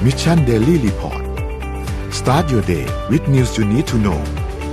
Mission Daily Report Start your day with news you need to know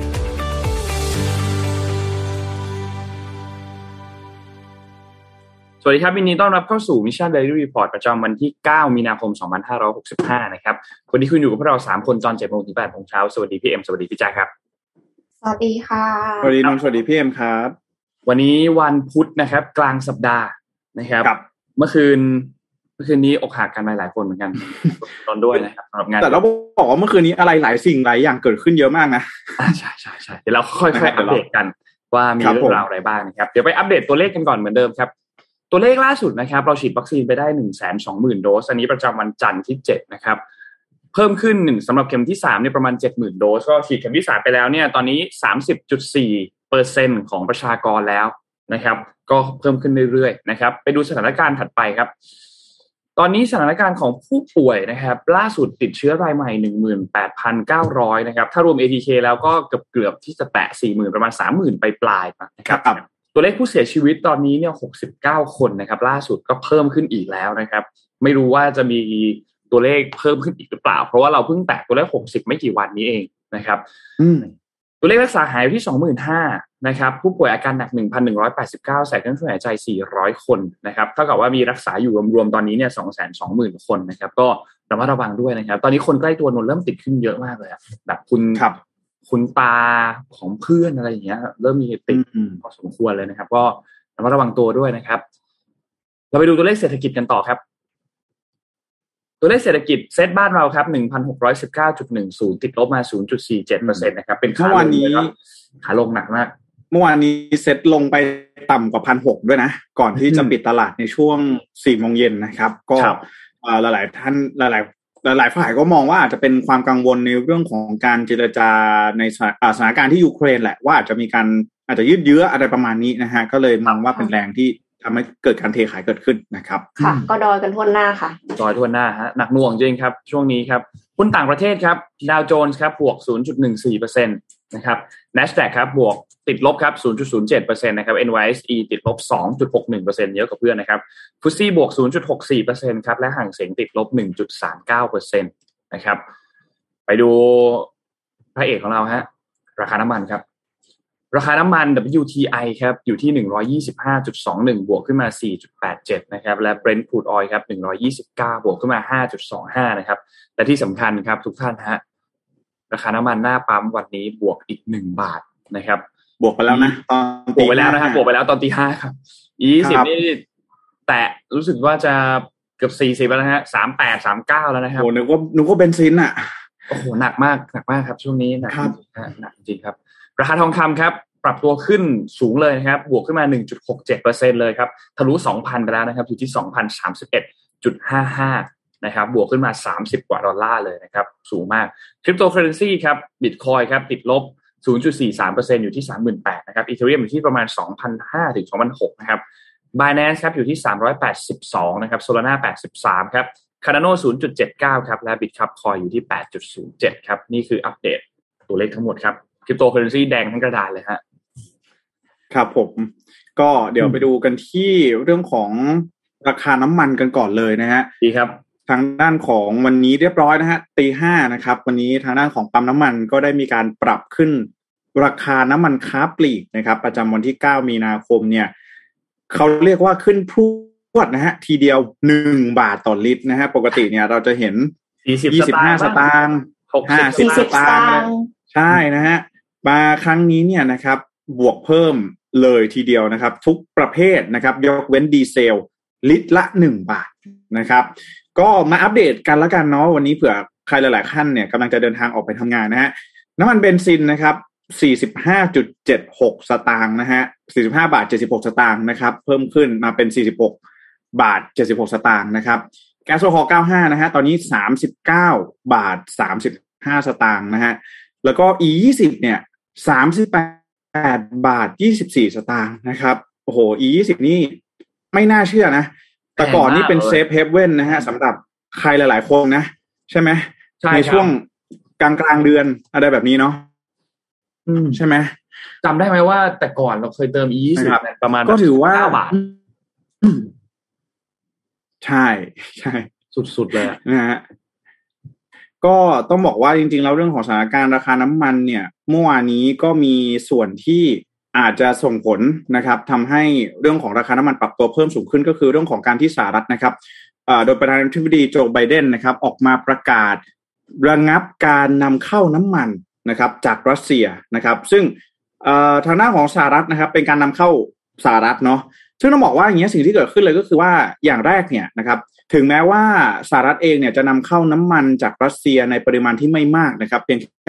สวัสดีครับวันนี้ต้อนรับเข้าสู่ Mission Daily Report ประจำวันที่9มีนาคม2565นะครับวันนี้คุณอยู่กับพวกเรา3คนตอน 7:00 นถึง 8:00 นเช้าสวัสดีพี่เอ็มสวัสดีพี่แจ๊คครับสวัสดีค่ะสวัสดีน้องสวัสดีพี่เอ็มครับวันนี้วันพุธนะครับกลางสัปดาห์นะครับเมื่อคืนนี้อกหักกันไปหลายคนเหมือนกันตอนด้วยนะครับสำหรับงานแต่เราบอกว่าเมื่อคืนนี้อะไรหลายสิ่งหลายอย่างเกิดขึ้นเยอะมากนะใช่ๆๆเดี๋ยวเราค่อยๆอัปเดตกันว่ามีเรื่องราวอะไรบ้างนะครับเดี๋ยวไปอัปเดตตัวเลขกันก่อนเหมือนเดิมครับตัวเลขล่าสุดนะครับเราฉีดวัคซีนไปได้ 120,000 โดสอันนี้ประจำวันจันทร์ที่7นะครับเพิ่มขึ้นสำหรับเข็มที่3เนี่ยประมาณ 70,000 โดสก็ฉีดเข็มที่3ไปแล้วเนี่ยตอนนี้ 30.4% ของประชากรแล้วนะครับก็เพิ่มขึ้นเรื่อยๆนะครับไปดูสถานการณ์ถัดไปครับตอนนี้สถานการณ์ของผู้ป่วยนะครับล่าสุดติดเชื้อรายใหม่ 18,900 นะครับถ้ารวม ATK แล้วก็เกือบที่จะแตะ 40,000 ประมาณ 30,000 ปลายๆนะครับตัวเลขผู้เสียชีวิตตอนนี้เนี่ย69คนนะครับล่าสุดก็เพิ่มขึ้นอีกแล้วนะครับไม่รู้ว่าจะมีตัวเลขเพิ่มขึ้นอีกหรือเปล่าเพราะว่าเราเพิ่งแตะตัวเลข60ไม่กี่วันนี้เองนะครับตัวเลขรักษาหายอยู่ที่ 25,000 นะครับผู้ป่วยอาการหนัก 1,189 ใส่เครื่องช่วยหายใจ400คนนะครับเท่ากับว่ามีรักษาอยู่รวมๆตอนนี้เนี่ย 220,000 คนนะครับก็ระมัดระวังด้วยนะครับตอนนี้คนใกล้ตัวนนเริ่มติดขึ้นเยอะมากเลยแบบคุณตาของเพื่อนอะไรอย่างเงี้ยเริ่มมีติดพอสมควรเลยนะครับก็ระมัดระวังตัวด้วยนะครับเราไปดูตัวเลขเศรษฐกิจกันต่อครับตัวเลขเศรษฐกิจเซตบ้านเราครับ 1,619.10 ติดลบมา 0.47% นะครับเป็นขาลงขาลงหนักมากเมื่อวานนี้เซตลงไปต่ำกว่า 1,600 ด้วยนะก่อนที่จะปิดตลาดในช่วง 4 โมงเย็นนะครับก็หลายๆท่านหลายฝ่ายก็มองว่าอาจจะเป็นความกังวลในเรื่องของการเจรจาในสถานการณ์ที่ยูเครนแหละว่าอาจจะยืดเยื้ออะไรประมาณนี้นะฮะก็เลยมองว่าเป็นแรงที่ทำให้เกิดการเทขายเกิดขึ้นนะครับค่ะก็ดอยกันทั่วหน้าค่ะดอยทั่วหน้าฮะหนักหน่วงจริงครับช่วงนี้ครับหุ้นต่างประเทศครับดาวโจนส์ครับบวก 0.14% นะครับ NASDAQ ครับบวกติดลบครับ 0.07% นะครับ NYSE ติดลบ 2.61% เยอะกว่าเพื่อนนะครับฟุตซี่บวก 0.64% ครับและห่างเส็งติดลบ 1.39% นะครับไปดูพระเอกของเราฮะราคาน้ำมันครับราคาน้ำมัน WTI ครับอยู่ที่ 125.21 บวกขึ้นมา 4.87 นะครับและ Brent crude oil ครับ129บวกขึ้นมา 5.25 นะครับแต่ที่สำคัญครับทุกท่านฮะราคาน้ำมันหน้าปั๊มวันนี้บวกอีก1บาทนะครับบวกไปแล้วนะบวกไปแล้วนะครับบวกไปแล้วตอนตี 5ครับ20นี่แตะรู้สึกว่าจะเกือบ40แล้วนะฮะ38 39แล้วนะครับโอ้นึกว่าเบนซินอ่ะโอ้โหหนักมากครับช่วงนี้หนักจริงครับราคาทองคำครับปรับตัวขึ้นสูงเลยนะครับบวกขึ้นมา 1.67% เลยครับทะลุ 2,000 ไปแล้วนะครับอยู่ที่ 2,031.55 นะครับบวกขึ้นมา30กว่าดอลลาร์เลยนะครับสูงมากคริปโตเคอเรนซีครับ Bitcoin ครับติดลบ 0.43% อยู่ที่ 38,000 นะครับ Ethereum อยู่ที่ประมาณ 2,500 ถึง 2,600 นะครับ Binance ครับอยู่ที่382นะครับ Solana 83ครับ Cardano 0.79 ครับและ Bitcoin อยู่ที่ 8.07 ครับนี่คืออัปเดตตัวเลขทั้งหมดครับคริปโตเคอเรนซีแดงทั้งกระดานเลยฮะครับผมก็เดี๋ยวไปดูกันที่เรื่องของราคาน้ำมันกันก่อนเลยนะฮะดีครับทางด้านของวันนี้เรียบร้อยนะฮะตี 5นะครับวันนี้ทางด้านของปั๊มน้ำมันก็ได้มีการปรับขึ้นราคาน้ำมันค้าปลีกนะครับประจำวันที่9มีนาคมเนี่ยเขาเรียกว่าขึ้นพรวดนะฮะทีเดียว1บาทต่อลิตรนะฮะปกติเนี่ยเราจะเห็น25 สตางค์50 สตางค์ใช่นะฮะมาครั้งนี้เนี่ยนะครับบวกเพิ่มเลยทีเดียวนะครับทุกประเภทนะครับยกเว้นดีเซลลิตรละ1บาทนะครับก็มาอัปเดตกันแล้วกันเนาะวันนี้เผื่อใครหลายๆท่านเนี่ยกำลังจะเดินทางออกไปทำงานนะฮะน้ำมันเบนซินนะครับ 45.76 สตางค์นะฮะ 45.76 สตางค์นะครับเพิ่มขึ้นมาเป็น 46.76 สตางค์นะครับแก๊สโซฮอล์95นะฮะตอนนี้ 39.35 สตางค์นะฮะแล้วก็ E20 เนี่ย 38.24 สตางค์นะครับโอ้โห E20 นี่ไม่น่าเชื่อนะแต่ก่อนนี่เป็นเซฟเฮฟเว่นนะฮะสำหรับใครหลายๆคนนะใช่ไหมในช่วงกลางเดือนอะไรแบบนี้เนาะใช่ไหมจำได้ไหมว่าแต่ก่อนเราเคยเติม E20 ประมาณก็ถือว่า 9 บาทใช่สุดๆเลยนะฮะก็ต้องบอกว่าจริงๆแล้วเรื่องของสถานการณ์ราคาน้ำมันเนี่ยเมื่อวานนี้ก็มีส่วนที่อาจจะส่งผลนะครับทำให้เรื่องของราคาน้ำมันปรับตัวเพิ่มสูงขึ้นก็คือเรื่องของการที่สหรัฐนะครับโดยประธานาธิบดีโจไบเดนนะครับออกมาประกาศระงับการนำเข้าน้ำมันนะครับจากรัสเซียนะครับซึ่งทางด้านของสหรัฐนะครับเป็นการนำเข้าสหรัฐเนาะซึ่งต้องบอกว่าอย่างนี้สิ่งที่เกิดขึ้นเลยก็คือว่าอย่างแรกเนี่ยนะครับถึงแม้ว่าสหรัฐเองเนี่ยจะนำเข้าน้ำมันจากรัสเซียในปริมาณที่ไม่มากนะครับเพียงแค่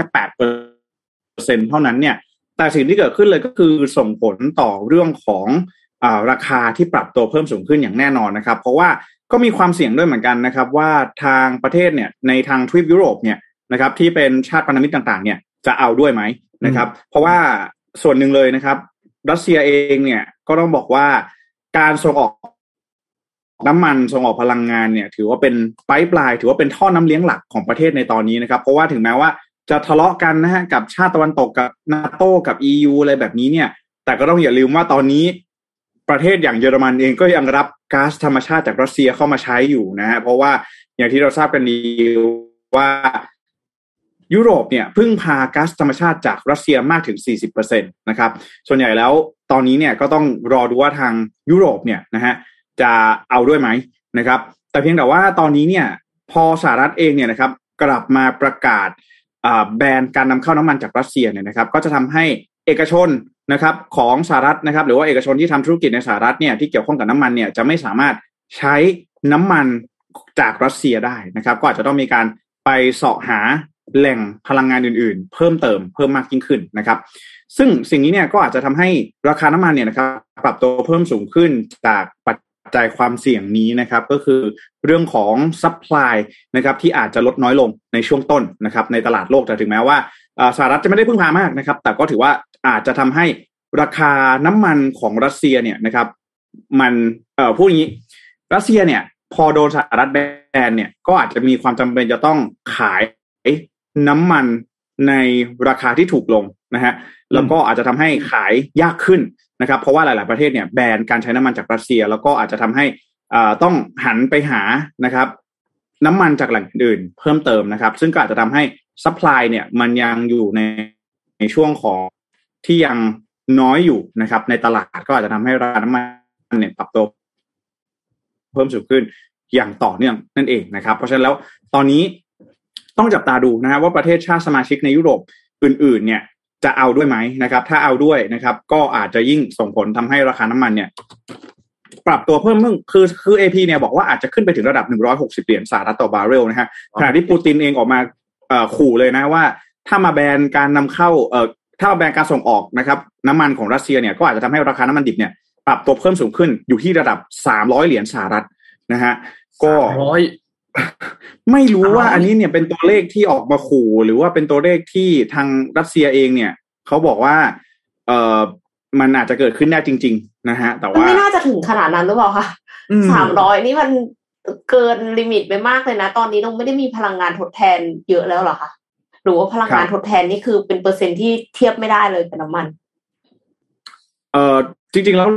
8% เท่านั้นเนี่ยแต่สิ่งที่เกิดขึ้นเลยก็คือส่งผลต่อเรื่องของราคาที่ปรับตัวเพิ่มสูงขึ้นอย่างแน่นอนนะครับเพราะว่าก็มีความเสี่ยงด้วยเหมือนกันนะครับว่าทางประเทศเนี่ยในทางทวีปยุโรปเนี่ยนะครับที่เป็นชาติพันธมิตรต่างๆเนี่ยจะเอาด้วยไหมนะครับเพราะว่าส่วนหนึ่งเลยนะครับรัสเซียเองเนี่ยก็ต้องบอกว่าการส่งออกน้ำมันส่งออกพลังงานเนี่ยถือว่าเป็นไพป์ไลน์ถือว่าเป็นท่อน้ำเลี้ยงหลักของประเทศในตอนนี้นะครับเพราะว่าถึงแม้ว่าจะทะเลาะกันนะฮะกับชาติตะวันตกกับ NATO กับ EU อะไรแบบนี้เนี่ยแต่ก็ต้องอย่าลืมว่าตอนนี้ประเทศอย่างเยอรมันเองก็ยังรับก๊าซธรรมชาติจากรัสเซียเข้ามาใช้อยู่นะฮะเพราะว่าอย่างที่เราทราบกันดีว่ายุโรปเนี่ยพึ่งพาก๊าซธรรมชาติจากรัสเซียมากถึง 40% นะครับส่วนใหญ่แล้วตอนนี้เนี่ยก็ต้องรอดูว่าทางยุโรปเนี่ยนะฮะจะเอาด้วยไหมนะครับแต่เพียงแต่ว่าตอนนี้เนี่ยพอสหรัฐเองเนี่ยนะครับกลับมาประกาศแบนการนำเข้าน้ำมันจากรัสเซียเนี่ยนะครับก็จะทำให้เอกชนนะครับของสหรัฐนะครับหรือว่าเอกชนที่ทำธุรกิจในสหรัฐเนี่ยที่เกี่ยวข้องกับน้ำมันเนี่ยจะไม่สามารถใช้น้ำมันจากรัสเซียได้นะครับก็อาจจะต้องมีการไปเสาะหาแหล่งพลังงานอื่นๆเพิ่มมากยิ่งขึ้นนะครับซึ่งสิ่งนี้เนี่ยก็อาจจะทำให้ราคาน้ำมันเนี่ยนะครับปรับตัวเพิ่มสูงขึ้นจากปัจจัยความเสี่ยงนี้นะครับก็คือเรื่องของซัพพลายนะครับที่อาจจะลดน้อยลงในช่วงต้นนะครับในตลาดโลกแต่ถึงแม้ว่าสหรัฐจะไม่ได้พึ่งพามากนะครับแต่ก็ถือว่าอาจจะทำให้ราคาน้ำมันของรัสเซียเนี่ยนะครับมันพูดอย่างนี้รัสเซียเนี่ยพอโดนสหรัฐแบนเนี่ยก็อาจจะมีความจำเป็นจะต้องขายน้ำมันในราคาที่ถูกลงนะฮะแล้วก็อาจจะทำให้ขายยากขึ้นนะครับเพราะว่าหลายๆประเทศเนี่ยแบนการใช้น้ำมันจากรัสเซียแล้วก็อาจจะทำให้ต้องหันไปหานะครับน้ำมันจากแหล่งอื่นเพิ่มเติมนะครับซึ่งก็อาจจะทำให้ซัพพลายเนี่ยมันยังอยู่ในช่วงของที่ยังน้อยอยู่นะครับในตลาดก็อาจจะทำให้ราคาน้ำมันเนี่ยปรับตัวเพิ่มสูงขึ้นอย่างต่อเนื่องนั่นเองนะครับเพราะฉะนั้นแล้วตอนนี้ต้องจับตาดูนะครับว่าประเทศชาติสมาชิกในยุโรปอื่นๆเนี่ยจะเอาด้วยไหมนะครับถ้าเอาด้วยนะครับก็อาจจะยิ่งส่งผลทำให้ราคาน้ำมันเนี่ยปรับตัวเพิ่มคือ AP เนี่ยบอกว่าอาจจะขึ้นไปถึงระดับ$160สหรัฐต่อบาร์เรลนะฮะขณะที่ปูตินเองออกมาขู่เลยนะว่าถ้ามาแบนการนำเข้าถ้าแบนการส่งออกนะครับน้ำมันของรัสเซียเนี่ยก็อาจจะทำให้ราคาน้ำมันดิบเนี่ยปรับตัวเพิ่มสูงขึ้นอยู่ที่ระดับ$300สหรัฐนะฮะก็ไม่รู้ว่าอันนี้เนี่ยเป็นตัวเลขที่ออกมาขู่หรือว่าเป็นตัวเลขที่ทางรัสเซียเองเนี่ยเขาบอกว่ามันอาจจะเกิดขึ้นได้จริงๆนะฮะแต่ว่าไม่น่าจะถึงขนาดนั้นหรือเปล่าคะ300นี่มันเกินลิมิตไปมากเลยนะตอนนี้เราไม่ได้มีพลังงานทดแทนเยอะแล้วหรอคะหรือว่าพลังงานทดแทนนี่คือเป็นเปอร์เซ็นต์ที่เทียบไม่ได้เลยกับน้ำมันจริงๆแล้ว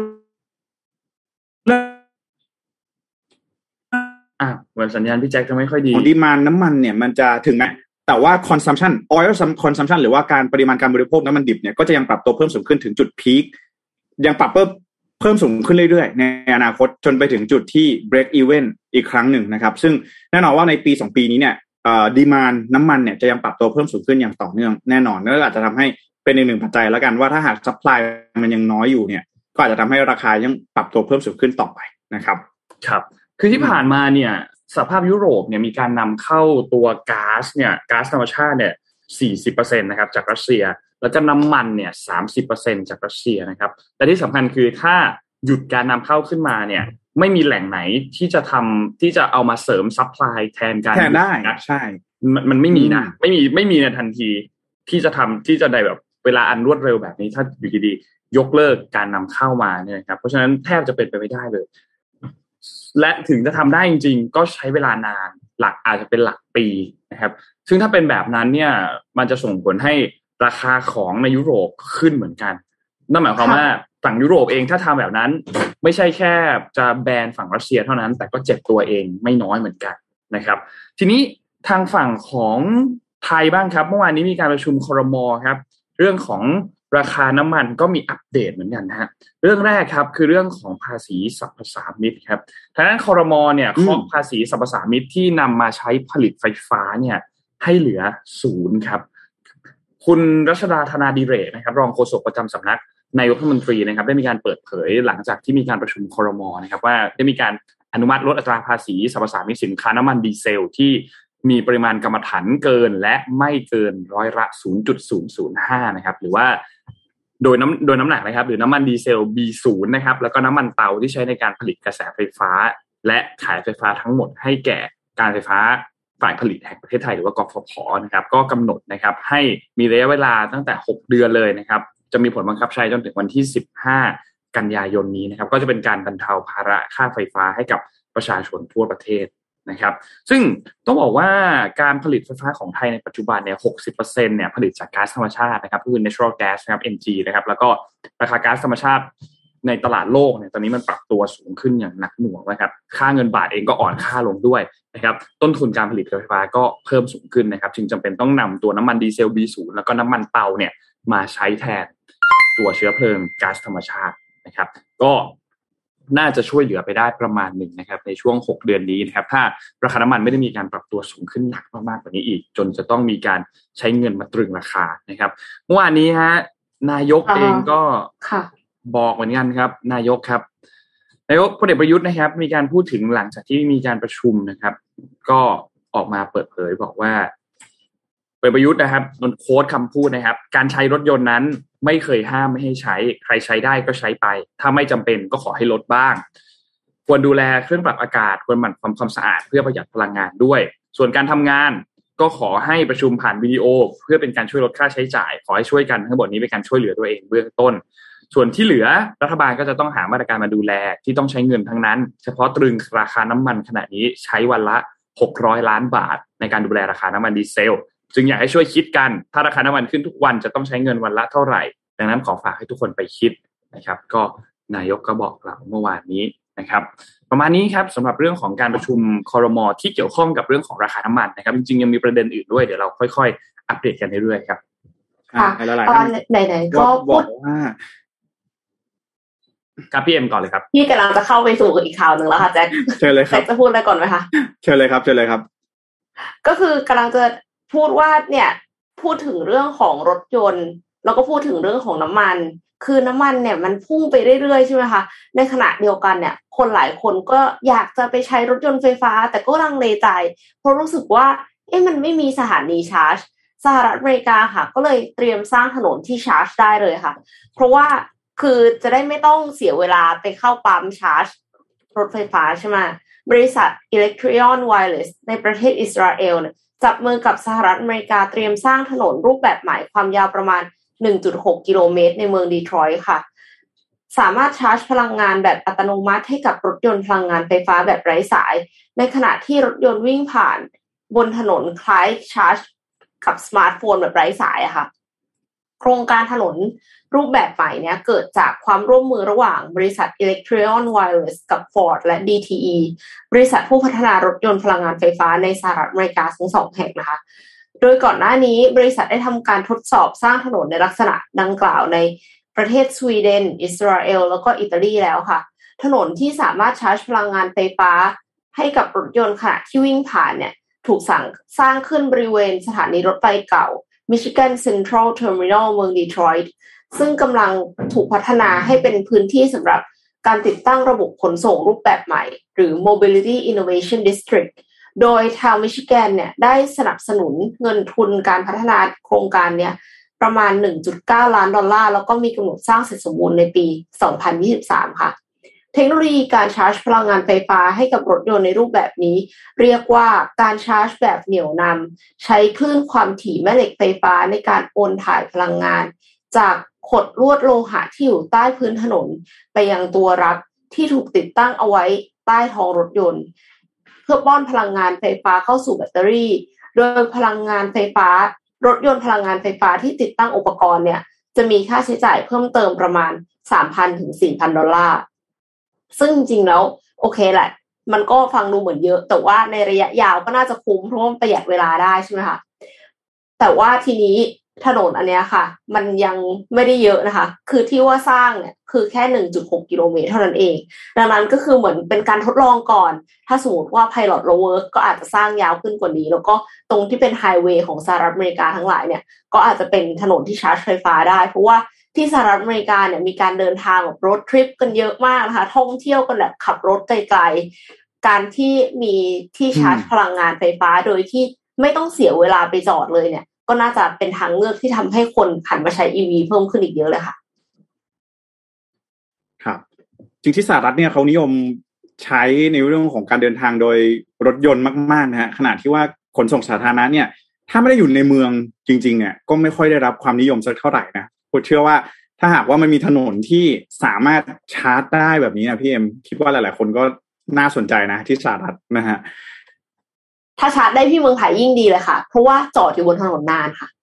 เหมือนสัญญาณพี่แจ็คจะไม่ค่อยดีดีมานด์น้ำมันเนี่ยมันจะถึงแต่ว่า consumption oil consumption หรือว่าการปริมาณการบริโภคน้ำมันดิบเนี่ยก็จะยังปรับตัวเพิ่มสูงขึ้นถึงจุดพีคยังปรับเพิ่มสูงขึ้นเรื่อยๆในอนาคตจนไปถึงจุดที่ break even อีกครั้งหนึ่งนะครับซึ่งแน่นอนว่าในปี2ปีนี้เนี่ยดีมานด์น้ำมันเนี่ยจะยังปรับตัวเพิ่มสูงขึ้นอย่างต่อเนื่องแน่นอนแล้วอาจจะทำให้เป็นอีกหนึ่งปัจจัยแล้วกันว่าถ้าหาก supply มันยังน้อยอยู่เนี่ยก็อาจจะทำให้ราคายังปรับตัวเพิ่มสูงขึ้นต่อไปนะครับครับคือที่ผ่านมาเนี่ยสหภาพยุโรปเนี่ยมีการนำเข้าตัวก๊าซธรรมชาติเนี่ย 40% นะครับจากรัสเซียแล้วก็น้ำมันเนี่ย 30% จากรัสเซียนะครับแต่ที่สำคัญคือถ้าหยุดการนำเข้าขึ้นมาเนี่ยไม่มีแหล่งไหนที่จะเอามาเสริมซัพพลายแทนการได้ใช่มันไม่มีนะไม่มีในทันทีที่จะได้แบบเวลาอันรวดเร็วแบบนี้ถ้าอยู่ดีๆยกเลิกการนำเข้ามาเนี่ยครับเพราะฉะนั้นแทบจะเป็นไปไม่ได้เลยและถึงจะทำได้จริงๆก็ใช้เวลานานอาจจะเป็นหลักปีนะครับซึ่งถ้าเป็นแบบนั้นเนี่ยมันจะส่งผลให้ราคาของในยุโรปขึ้นเหมือนกันนั่นหมายความว่าฝั่งยุโรปเองถ้าทำแบบนั้นไม่ใช่แค่จะแบนฝั่งรัสเซียเท่านั้นแต่ก็เจ็บตัวเองไม่น้อยเหมือนกันนะครับทีนี้ทางฝั่งของไทยบ้างครับเมื่อวานนี้มีการประชุมครม.ครับเรื่องของราคาน้ำมันก็มีอัปเดตเหมือนกันนะฮะเรื่องแรกครับคือเรื่องของภาษีสรรพสามิตครับทางด้านครม.เนี่ยเคาะภาษีสรรพสามิตที่นำมาใช้ผลิตไฟฟ้าเนี่ยให้เหลือ0ครับคุณรัชดาธนาดิเรกนะครับรองโฆษกประจำสำนักนายกรัฐมนตรีนะครับได้มีการเปิดเผยหลังจากที่มีการประชุมครม.นะครับว่าได้มีการอนุมัติลดอัตราภาษีสรรพสามิตสินค้าน้ำมันดีเซลที่มีปริมาณกรรมฐานเกินและไม่เกิน0.005%นะครับหรือว่าโดยน้ำหนักนะครับหรือน้ำมันดีเซล B0 นะครับแล้วก็น้ำมันเตาที่ใช้ในการผลิตกระแสไฟฟ้าและขายไฟฟ้าทั้งหมดให้แก่การไฟฟ้าฝ่ายผลิตแห่งประเทศไทยหรือว่ากฟผ.นะครับก็กำหนดนะครับให้มีระยะเวลาตั้งแต่6เดือนเลยนะครับจะมีผลบังคับใช้จนถึงวันที่15กันยายนนี้นะครับก็จะเป็นการบรรเทาภาระค่าไฟฟ้าให้กับประชาชนทั่วประเทศนะครับซึ่งต้องบอกว่าการผลิตไฟฟ้าของไทยในปัจจุบันเนี่ย 60% เนี่ยผลิตจากก๊าซธรรมชาตินะครับก็คือ natural gas นะครับ NG นะครับแล้วก็ราคาก๊าซธรรมชาติในตลาดโลกเนี่ยตอนนี้มันปรับตัวสูงขึ้นอย่างหนักหน่วงนะครับค่าเงินบาทเองก็อ่อนค่าลงด้วยนะครับต้นทุนการผลิตไฟฟ้าก็เพิ่มสูงขึ้นนะครับจึงจำเป็นต้องนำตัวน้ำมันดีเซล B0 แล้วก็น้ำมันเตาเนี่ยมาใช้แทนตัวเชื้อเพลิงก๊าซธรรมชาตินะครับก็น่าจะช่วยเหลือไปได้ประมาณหนึ่งนะครับในช่วง6เดือนนี้นะครับถ้าราคาน้ำมันไม่ได้มีการปรับตัวสูงขึ้นหนักมากๆกว่านี้อีกจนจะต้องมีการใช้เงินมาตรึงราคานะครับเมื่อวานนี้ฮะนายกเองก็บอกเหมือนกันครับนายกพลเอกประยุทธ์นะครับมีการพูดถึงหลังจากที่มีการประชุมนะครับก็ออกมาเปิดเผยบอกว่าประยุทธ์นะครับโค้ดคำพูดนะครับการใช้รถยนต์นั้นไม่เคยห้ามไม่ให้ใช้ใครใช้ได้ก็ใช้ไปถ้าไม่จำเป็นก็ขอให้ลดบ้างควรดูแลเครื่องปรับอากาศควรหมั่นทำความสะอาดเพื่อประหยัดพลังงานด้วยส่วนการทำงานก็ขอให้ประชุมผ่านวิดีโอเพื่อเป็นการช่วยลดค่าใช้จ่ายขอให้ช่วยกันทั้งหมดนี้เป็นการช่วยเหลือตัวเองเบื้องต้นส่วนที่เหลือรัฐบาลก็จะต้องหามาตรการมาดูแลที่ต้องใช้เงินทั้งนั้นเฉพาะตรึงราคาน้ำมันขณะนี้ใช้วันละ600 ล้านบาทในการดูแลราคาน้ำมันดีเซลจึงอยากให้ช่วยคิดกันถ้าราคาน้ำมันขึ้นทุกวันจะต้องใช้เงินวันละเท่าไหร่ดังนั้นขอฝากให้ทุกคนไปคิดนะครับก็นายกก็บอกเราเมื่อวานนี้นะครับประมาณนี้ครับสำหรับเรื่องของการประชุมครม.ที่เกี่ยวข้องกับเรื่องของราคาน้ำมันนะครับจริงๆยังมีประเด็นอื่นด้วยเดี๋ยวเราค่อยๆอัปเดตกันเรื่อยๆครับตอนไหนๆก็พูดว่าครับพี่เอ็มก่อนเลยครับพี่กำลังจะเข้าไปสู่อีกข่าวหนึ่งแล้วค่ะแจ็คเชิญเลยครับจะพูดอะไรก่อนไหมคะเชิญเลยครับก็คือกำลังจะพูดว่าเนี่ยพูดถึงเรื่องของรถยนต์แล้วก็พูดถึงเรื่องของน้ำมันคือน้ำมันเนี่ยมันพุ่งไปเรื่อยๆใช่ไหมคะในขณะเดียวกันเนี่ยคนหลายคนก็อยากจะไปใช้รถยนต์ไฟฟ้าแต่ก็ลังเลใจเพราะรู้สึกว่ามันไม่มีสถานีชาร์จสหรัฐอเมริกาค่ะก็เลยเตรียมสร้างถนนที่ชาร์จได้เลยค่ะเพราะว่าคือจะได้ไม่ต้องเสียเวลาไปเข้าปั๊มชาร์จรถไฟฟ้าใช่ไหมบริษัท Electrion Wireless ในประเทศอิสราเอลเนี่ยจับมือกับสหรัฐอเมริกาเตรียมสร้างถนนรูปแบบใหม่ความยาวประมาณ 1.6 กิโลเมตรในเมืองดีทรอยต์ค่ะสามารถชาร์จพลังงานแบบอัตโนมัติให้กับรถยนต์พลังงานไฟฟ้าแบบไร้สายในขณะที่รถยนต์วิ่งผ่านบนถนนคล้ายชาร์จกับสมาร์ทโฟนแบบไร้สายอะค่ะโครงการถนนรูปแบบใหม่เนี้ยเกิดจากความร่วมมือระหว่างบริษัท Electrion Wireless กับ Ford และ DTE บริษัทผู้พัฒนารถยนต์พลังงานไฟฟ้าในสหรัฐอเมริกาทั้งสองแห่งนะคะโดยก่อนหน้านี้บริษัทได้ทำการทดสอบสร้างถนนในลักษณะดังกล่าวในประเทศสวีเดนอิสราเอลแล้วก็อิตาลีแล้วค่ะถนนที่สามารถชาร์จพลังงานไฟฟ้าให้กับรถยนต์ขณะที่วิ่งผ่านเนี่ยถูกสร้างขึ้นบริเวณสถานีรถไฟเก่า Michigan Central Terminal เมืองดีทรอยต์ซึ่งกำลังถูกพัฒนาให้เป็นพื้นที่สำหรับการติดตั้งระบบขนส่งรูปแบบใหม่หรือ Mobility Innovation District โดยทางมิชิแกนเนี่ยได้สนับสนุนเงินทุนการพัฒนาโครงการเนี่ยประมาณ 1.9 ล้านดอลลาร์แล้วก็มีกำหนดสร้างเสร็จสมบูรณ์ในปี 2023 ค่ะเทคโนโลยีการชาร์จพลังงานไฟฟ้าให้กับรถยนต์ในรูปแบบนี้เรียกว่าการชาร์จแบบเหนี่ยวนำใช้คลื่นความถี่แม่เหล็กไฟฟ้าในการโอนถ่ายพลังงานจากขดลวดโลหะที่อยู่ใต้พื้นถนนไปยังตัวรับที่ถูกติดตั้งเอาไว้ใต้ท้องรถยนต์เพื่อป้อนพลังงานไฟฟ้าเข้าสู่แบตเตอรี่โดยพลังงานไฟฟ้ารถยนต์พลังงานไฟฟ้าที่ติดตั้งอุปกรณ์เนี่ยจะมีค่าใช้จ่ายเพิ่มเติมประมาณ 3,000 ถึง 4,000 ดอลลาร์ซึ่งจริงๆแล้วโอเคแหละมันก็ฟังดูเหมือนเยอะแต่ว่าในระยะยาวก็น่าจะคุ้มเพราะว่าประหยัดเวลาได้ใช่ไหมคะแต่ว่าทีนี้ถนนอันเนี้ยค่ะมันยังไม่ได้เยอะนะคะคือที่ว่าสร้างเนี่ยคือแค่ 1.6 กิโลเมตรเท่านั้นเองดังนั้นก็คือเหมือนเป็นการทดลองก่อนถ้าสมมติว่า Pilot เราเวิร์กก็อาจจะสร้างยาวขึ้นกว่านี้แล้วก็ตรงที่เป็นไฮเวย์ของสหรัฐอเมริกาทั้งหลายเนี่ยก็อาจจะเป็นถนนที่ชาร์จไฟฟ้าได้เพราะว่าที่สหรัฐอเมริกาเนี่ยมีการเดินทางแบบรถทริปกันเยอะมากนะคะท่องเที่ยวกันแบบขับรถไกลๆการที่มีที่ชาร์จพลังงานไฟฟ้าโดยที่ไม่ต้องเสียเวลาไปจอดเลยเนี่ยก็น่าจะเป็นทางเลือกที่ทำให้คนหันมาใช้ EV เพิ่มขึ้นอีกเยอะเลยค่ะครับจริงที่สหรัฐเนี่ยเขานิยมใช้ในเรื่องของการเดินทางโดยรถยนต์มากๆนะฮะขณะที่ว่าขนส่งสาธารณะเนี่ยถ้าไม่ได้อยู่ในเมืองจริงๆเนี่ยก็ไม่ค่อยได้รับความนิยมสักเท่าไหร่นะผมเชื่อว่าถ้าหากว่ามันมีถนนที่สามารถชาร์จได้แบบนี้นะพี่เอ็มคิดว่าหลายๆคนก็น่าสนใจนะที่สหรัฐนะฮะถ้าชาร์จได้ที่เมืองไทยยิ่งดีเลยค่ะเพราะว่าจอดอยู่บนถนนนานค่ะ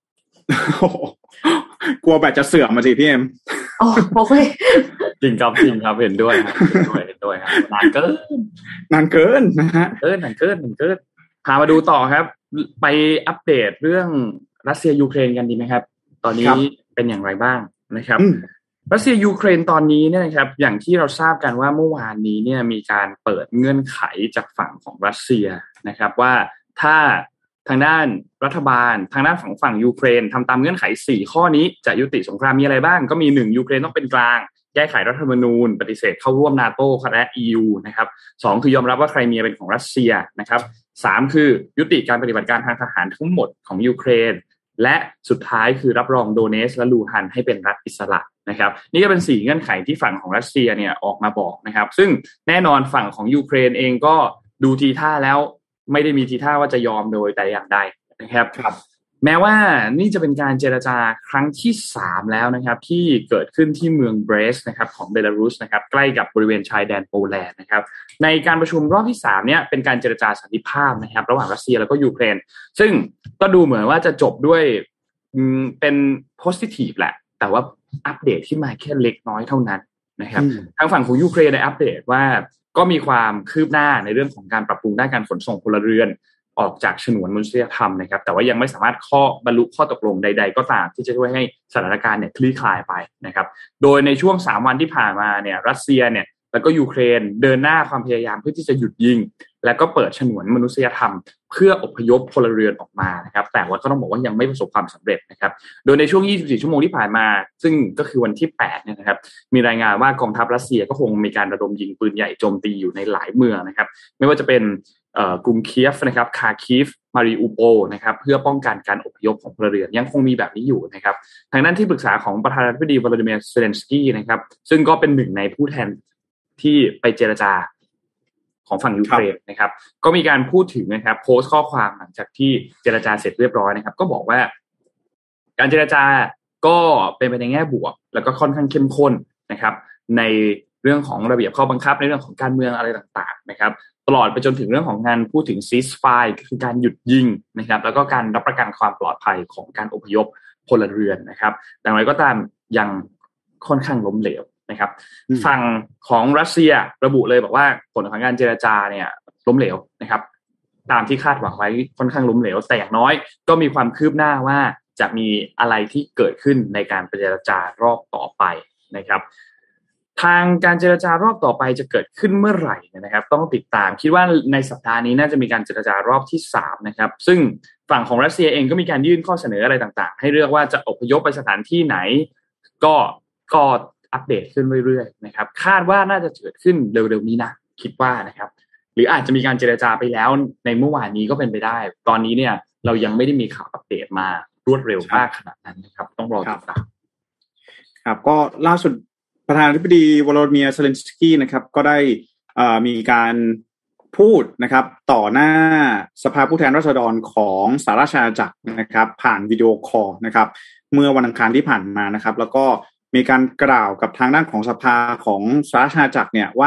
กลัวแบตจะเสื่อมมาสิพี่เอ็มอ๋อโอเคจริงครับเห็นด้วยครับเห็นด้วยครับนานเกินนะฮะนานเกินพามาดูต่อครับไปอัปเดตเรื่องรัสเซียยูเครนกันดีไหมครับตอนนี้เป็นอย่างไรบ้างนะครับรัสเซียยูเครนตอนนี้เนี่ยนะครับอย่างที่เราทราบกันว่าเมื่อวานนี้เนี่ยมีการเปิดเงื่อนไขจากฝั่งของรัสเซียนะครับว่าถ้าทางด้านรัฐบาลทางด้านฝั่งยูเครนทำตามเงื่อนไข4ข้อนี้จะยุติสงครามมีอะไรบ้างก็มี1ยูเครนต้องเป็นกลางแก้ไขรัฐธรรมนูญปฏิเสธเข้าร่วม NATO และ EU นะครับ2คือยอมรับว่าไครเมียเป็นของรัสเซียนะครับ3คือยุติการปฏิบัติการทางทหารทั้งหมดของยูเครนและสุดท้ายคือรับรองโดเนสและลูฮันให้เป็นรัฐอิสระนะครับนี่ก็เป็น4เงื่อนไขที่ฝั่งของรัสเซียเนี่ยออกมาบอกนะครับซึ่งแน่นอนฝั่งของยูเครนเองก็ดูทีท่าแล้วไม่ได้มีทีท่าว่าจะยอมโดยแต่อย่างใดนะครับแม้ว่านี่จะเป็นการเจรจาครั้งที่3แล้วนะครับที่เกิดขึ้นที่เมืองเบรสนะครับของเบลารุสนะครับใกล้กับบริเวณชายแดนโปแลนด์นะครับในการประชุมรอบที่3เนี่ยเป็นการเจรจาสันติภาพนะครับระหว่างรัสเซียแล้วก็ยูเครนซึ่งก็ดูเหมือนว่าจะจบด้วยเป็น positive แหละแต่ว่าอัปเดตที่มาแค่เล็กน้อยเท่านั้นนะครับทางฝั่งของยูเครนได้อัปเดตว่าก็มีความคืบหน้าในเรื่องของการปรับปรุงด้านการขนส่งพลเรือนออกจากฉนวนมนุษยธรรมนะครับแต่ว่ายังไม่สามารถบรรลุข้อตกลงใดๆก็ตามที่จะช่วยให้สถานการณ์เนี่ยคลี่คลายไปนะครับโดยในช่วง3วันที่ผ่านมาเนี่ยรัสเซียเนี่ยแล้วก็ยูเครนเดินหน้าความพยายามเพื่อที่จะหยุดยิงและก็เปิดฉนวนมนุษยธรรมเพื่ออพยพพลเรือนออกมานะครับแต่ว่าก็ต้องบอกว่ายังไม่ประสบความสำเร็จนะครับโดยในช่วง24ชั่วโมงที่ผ่านมาซึ่งก็คือวันที่8เนี่ยนะครับมีรายงานว่ากองทัพรัสเซียก็คงมีการระดมยิงปืนใหญ่โจมตีอยู่ในหลายเมืองนะครับไม่ว่าจะเป็นกรุงเคียฟนะครับคาคีฟมาริอูโปนะครับเพื่อป้องกันการอพยพของพลเรือนยังคงมีแบบนี้อยู่นะครับทางด้านที่ปรึกษาของประธานาธิบดีวลาดิเมียร์เซเลนสกี้นะครับซึ่งก็เป็นหนึ่งในผู้แทนที่ไปเจรจาของฝั่งยูเครนนะครับก็มีการพูดถึงนะครับโพสต์ข้อความหลังจากที่เจรจาเสร็จเรียบร้อยนะครับก็บอกว่าการเจรจาก็เป็นไปในแง่บวกแล้วก็ค่อนข้างเข้มข้นนะครับในเรื่องของระเบียบข้อบังคับในเรื่องของการเมืองอะไรต่างๆนะครับตลอดไปจนถึงเรื่องของงานพูดถึง ceasefire ก็คือการหยุดยิงนะครับแล้วก็การรับประกันความปลอดภัยของการอพยพพลเรือนนะครับแต่อย่างไรก็ตามยังค่อนข้างล้มเหลวนะครับฝั่งของรัสเซียระบุเลยบอกว่าผลของการเจรจาเนี่ยล้มเหลวนะครับตามที่คาดหวังไว้ค่อนข้างล้มเหลวแต่อย่างน้อยก็มีความคืบหน้าว่าจะมีอะไรที่เกิดขึ้นในการเจรจารอบต่อไปนะครับทางการเจรจารอบต่อไปจะเกิดขึ้นเมื่อไหร่นะครับต้องติดตามคิดว่าในสัปดาห์นี้น่าจะมีการเจรจารอบที่3นะครับซึ่งฝั่งของรัสเซียเองก็มีการยื่นข้อเสนออะไรต่างๆให้เลือกว่าจะอพยพไปสถานที่ไหนก็อัปเดตขึ้นเรื่อยๆนะครับคาดว่าน่าจะเกิดขึ้นเร็วๆนี้นะคิดว่านะครับหรืออาจจะมีการเจรจาไปแล้วในเมื่อวานนี้ก็เป็นไปได้ตอนนี้เนี่ยเรายังไม่ได้มีข่าวอัปเดตมารวดเร็วมากขนาดนั้นนะครับต้องรอติดตามครับก็ล่าสุดประธานาธิบดีวลาดิเมียร์เซเลนสกี้นะครับก็ได้มีการพูดนะครับต่อหน้าสภาผู้แทนราษฎรของสหราชอาณาจักรนะครับผ่านวิดีโอคอลนะครับเมื่อวันอังคารที่ผ่านมานะครับแล้วก็มีการกล่าวกับทางด้านของสภาของสหราชอาณาจักรเนี่ยว่า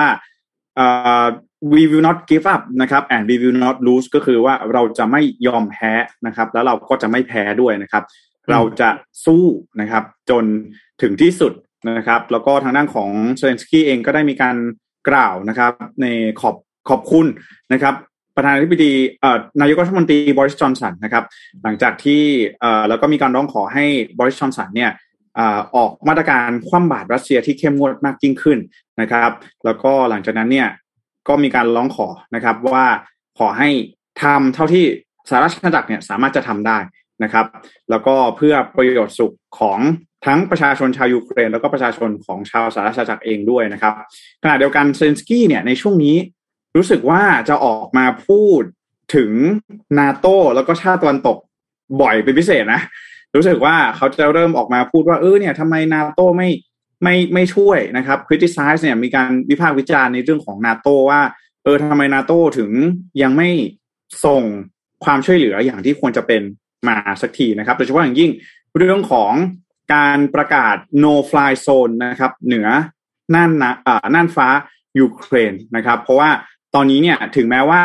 we will not give up นะครับ and we will not lose ก็คือว่าเราจะไม่ยอมแพ้นะครับแล้วเราก็จะไม่แพ้ด้วยนะครับเราจะสู้นะครับจนถึงที่สุดนะครับแล้วก็ทางด้านของเซเลนสกี้เองก็ได้มีการกล่าวนะครับในขอบขอบคุณนะครับประธานาธิบดีนายกรัฐมนตรีบริส จอนสันนะครับหลังจากที่แล้วก็มีการร้องขอให้บริส จอนสันเนี่ยออกมาตรการคว่ำบาตรรัสเซียที่เข้มงวดมากยิ่งขึ้นนะครับแล้วก็หลังจากนั้นเนี่ยก็มีการร้องขอนะครับว่าขอให้ทำเท่าที่สหราชอาณาจักรเนี่ยสามารถจะทำได้นะครับแล้วก็เพื่อประโยชน์สุขของทั้งประชาชนชาวยูเครนแล้วก็ประชาชนของชาวสหราชอาณาจักรเองด้วยนะครับขณะเดียวกันเซเลนสกี้เนี่ยในช่วงนี้รู้สึกว่าจะออกมาพูดถึง NATO แล้วก็ชาติตะวันตกบ่อยเป็นพิเศษนะรู้สึกว่าเขาจะเริ่มออกมาพูดว่าเนี่ยทำไม NATO ไม่ช่วยนะครับ criticize เนี่ยมีการวิพากษ์วิจารณ์ในเรื่องของ NATO ว่าทำไม NATO ถึงยังไม่ส่งความช่วยเหลืออย่างที่ควรจะเป็นมาสักทีนะครับโดยเฉพาะอย่างยิ่งเรื่องของการประกาศ no fly zone นะครับเหนือน่านฟ้ายูเครนนะครับเพราะว่าตอนนี้เนี่ยถึงแม้ว่า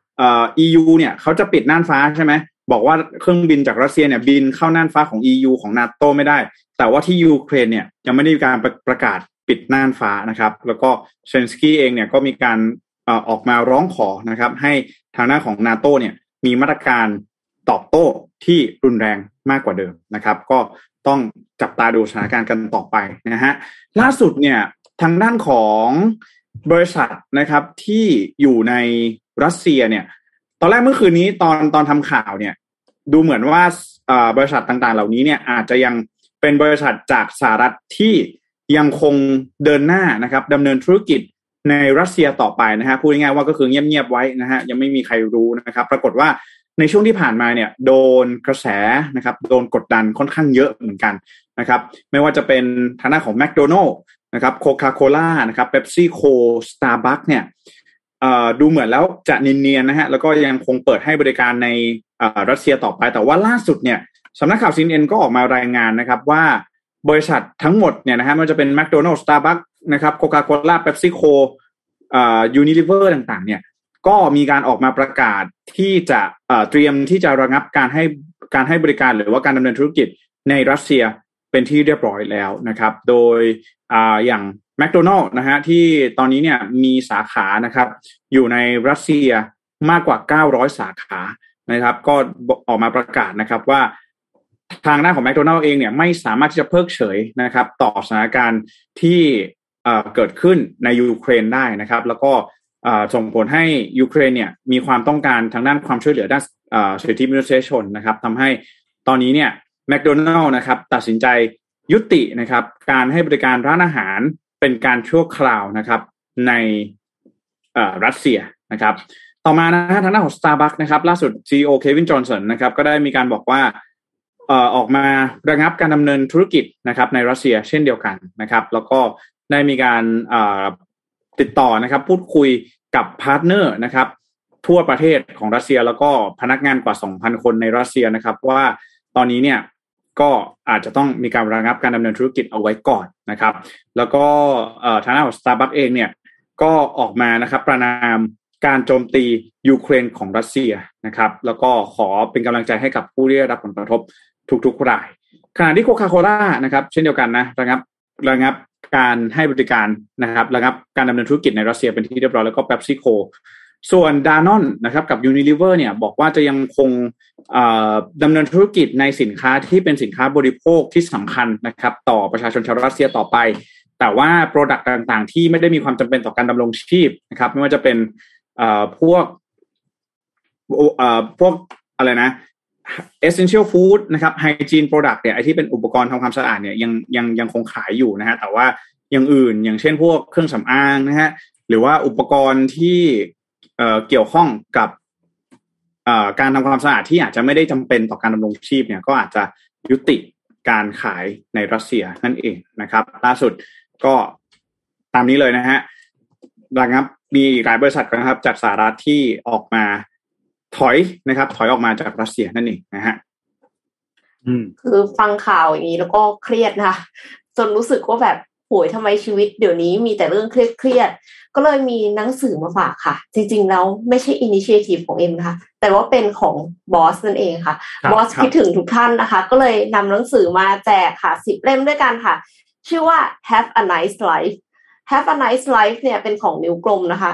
EU เนี่ยเขาจะปิดน่านฟ้าใช่ไหมบอกว่าเครื่องบินจากรัสเซียเนี่ยบินเข้าน่านฟ้าของ EU ของ NATO ไม่ได้แต่ว่าที่ยูเครนเนี่ยยังไม่ได้มีการประกาศปิดน่านฟ้านะครับแล้วก็เซเลนสกี้เองเนี่ยก็มีการออกมาร้องขอนะครับให้ทางด้านของ NATO เนี่ยมีมาตรการตอบโต้ที่รุนแรงมากกว่าเดิมนะครับก็ต้องจับตาดูสถานการณ์กันต่อไปนะฮะล่าสุดเนี่ยทางด้านของบริษัทนะครับที่อยู่ในรัสเซียเนี่ยตอนแรกเมื่อคืนนี้ตอนทำข่าวเนี่ยดูเหมือนว่าบริษัทต่างๆเหล่านี้เนี่ยอาจจะยังเป็นบริษัทจากสหรัฐที่ยังคงเดินหน้านะครับดำเนินธุรกิจในรัสเซียต่อไปนะฮะพูดง่ายๆว่าก็คือเงียบๆไว้นะฮะยังไม่มีใครรู้นะครับปรากฏว่าในช่วงที่ผ่านมาเนี่ยโดนกระแสนะครับโดนกดดันค่อนข้างเยอะเหมือนกันนะครับไม่ว่าจะเป็นทางด้านของแมคโดนัลด์นะครับโคคาโคล่านะครับเป๊ปซี่โคสตาร์บัคเนี่ยดูเหมือนแล้วจะเนียนๆนะฮะแล้วก็ยังคงเปิดให้บริการในรัสเซียต่อไปแต่ว่าล่าสุดเนี่ยสำนักข่าว CNN ก็ออกมารายงานนะครับว่าบริษัททั้งหมดเนี่ยนะฮะมันจะเป็นแมคโดนัลด์ สตาร์บัคนะครับโคคาโคล่าเป๊ปซี่โคยูนิลิเวอร์ต่างๆเนี่ยก็มีการออกมาประกาศที่จะเตรียมที่จะระงับการให้บริการหรือว่าการดำเนินธุรกิจในรัสเซียเป็นที่เรียบร้อยแล้วนะครับโดยอย่างแมคโดนัลด์นะฮะที่ตอนนี้เนี่ยมีสาขานะครับอยู่ในรัสเซียมากกว่า900สาขานะครับก็ออกมาประกาศนะครับว่าทางด้านของแมคโดนัลด์เองเนี่ยไม่สามารถที่จะเพิกเฉยนะครับต่อสถานการณ์ที่เกิดขึ้นในยูเครนได้นะครับแล้วก็ส่งผลให้ยูเครนเนี่ยมีความต้องการทางด้านความช่วยเหลือด้านสิทธิมนุษยชนนะครับทำให้ตอนนี้เนี่ยแมคโดนัลด์นะครับตัดสินใจยุตินะครับการให้บริการร้านอาหารเป็นการชั่วคราวนะครับในรัสเซียนะครับต่อมานะทางด้านของ Starbucks นะครับล่าสุด CEO เควินจอห์นสันนะครับก็ได้มีการบอกว่าออกมาระงับการดำเนินธุรกิจนะครับในรัสเซียเช่นเดียวกันนะครับแล้วก็ได้มีการติดต่อนะครับพูดคุยกับพาร์ทเนอร์นะครับทั่วประเทศของรัสเซียแล้วก็พนักงานกว่า 2,000 คนในรัสเซียนะครับว่าตอนนี้เนี่ยก็อาจจะต้องมีการระงับการดำเนินธุรกิจเอาไว้ก่อนนะครับแล้วก็ทางด้านของ Starbucks เองเนี่ยก็ออกมานะครับประณามการโจมตียูเครนของรัสเซียนะครับแล้วก็ขอเป็นกำลังใจให้กับผู้ที่ได้รับผลกระทบทุกๆรายขณะที่โคคาโคล่านะครับเช่นเดียวกันนะระงับการให้บริการนะครับระงับการดำเนินธุรกิจในรัสเซียเป็นที่เรียบร้อยแล้วก็ PepsiCo ส่วน Danone นะครับกับ Unilever เนี่ยบอกว่าจะยังคงดำเนินธุรกิจในสินค้าที่เป็นสินค้าบริโภคที่สำคัญนะครับต่อประชาชนชาวรัสเซียต่อไปแต่ว่า Product ต่างๆที่ไม่ได้มีความจำเป็นต่อการดำรงชีพนะครับไม่ว่าจะเป็นพวกอะไรนะ essential food นะครับ hygiene product เนี่ยไอ้ที่เป็นอุปกรณ์ทำความสะอาดเนี่ยยังคงขายอยู่นะฮะแต่ว่าอย่างอื่นอย่างเช่นพวกเครื่องสำอางนะฮะหรือว่าอุปกรณ์ที่เกี่ยวข้องกับการทำความสะอาดที่อาจจะไม่ได้จำเป็นต่อการดำรงชีพเนี่ยก็อาจจะยุติการขายในรัสเซียนั่นเองนะครับล่าสุดก็ตามนี้เลยนะฮะระงับมีหลายบริษัทนะครับจากสหรัฐที่ออกมาถอยออกมาจากรัสเซียนั่นเองนะฮะคือฟังข่าวอย่างนี้แล้วก็เครียดนะคะจนรู้สึกว่าแบบโหยทำไมชีวิตเดี๋ยวนี้มีแต่เรื่องเครียดก็เลยมีหนังสือมาฝากค่ะจริงๆแล้วไม่ใช่อินิเชียทีฟของเอ็มนะคะแต่ว่าเป็นของบอสนั่นเองค่ะบอสคิดถึงทุกท่านนะคะก็เลยนำหนังสือมาแจกค่ะ10 เล่มด้วยกันค่ะชื่อว่า Have a Nice Life Have a Nice Life เนี่ยเป็นของนิ้วกลมนะคะ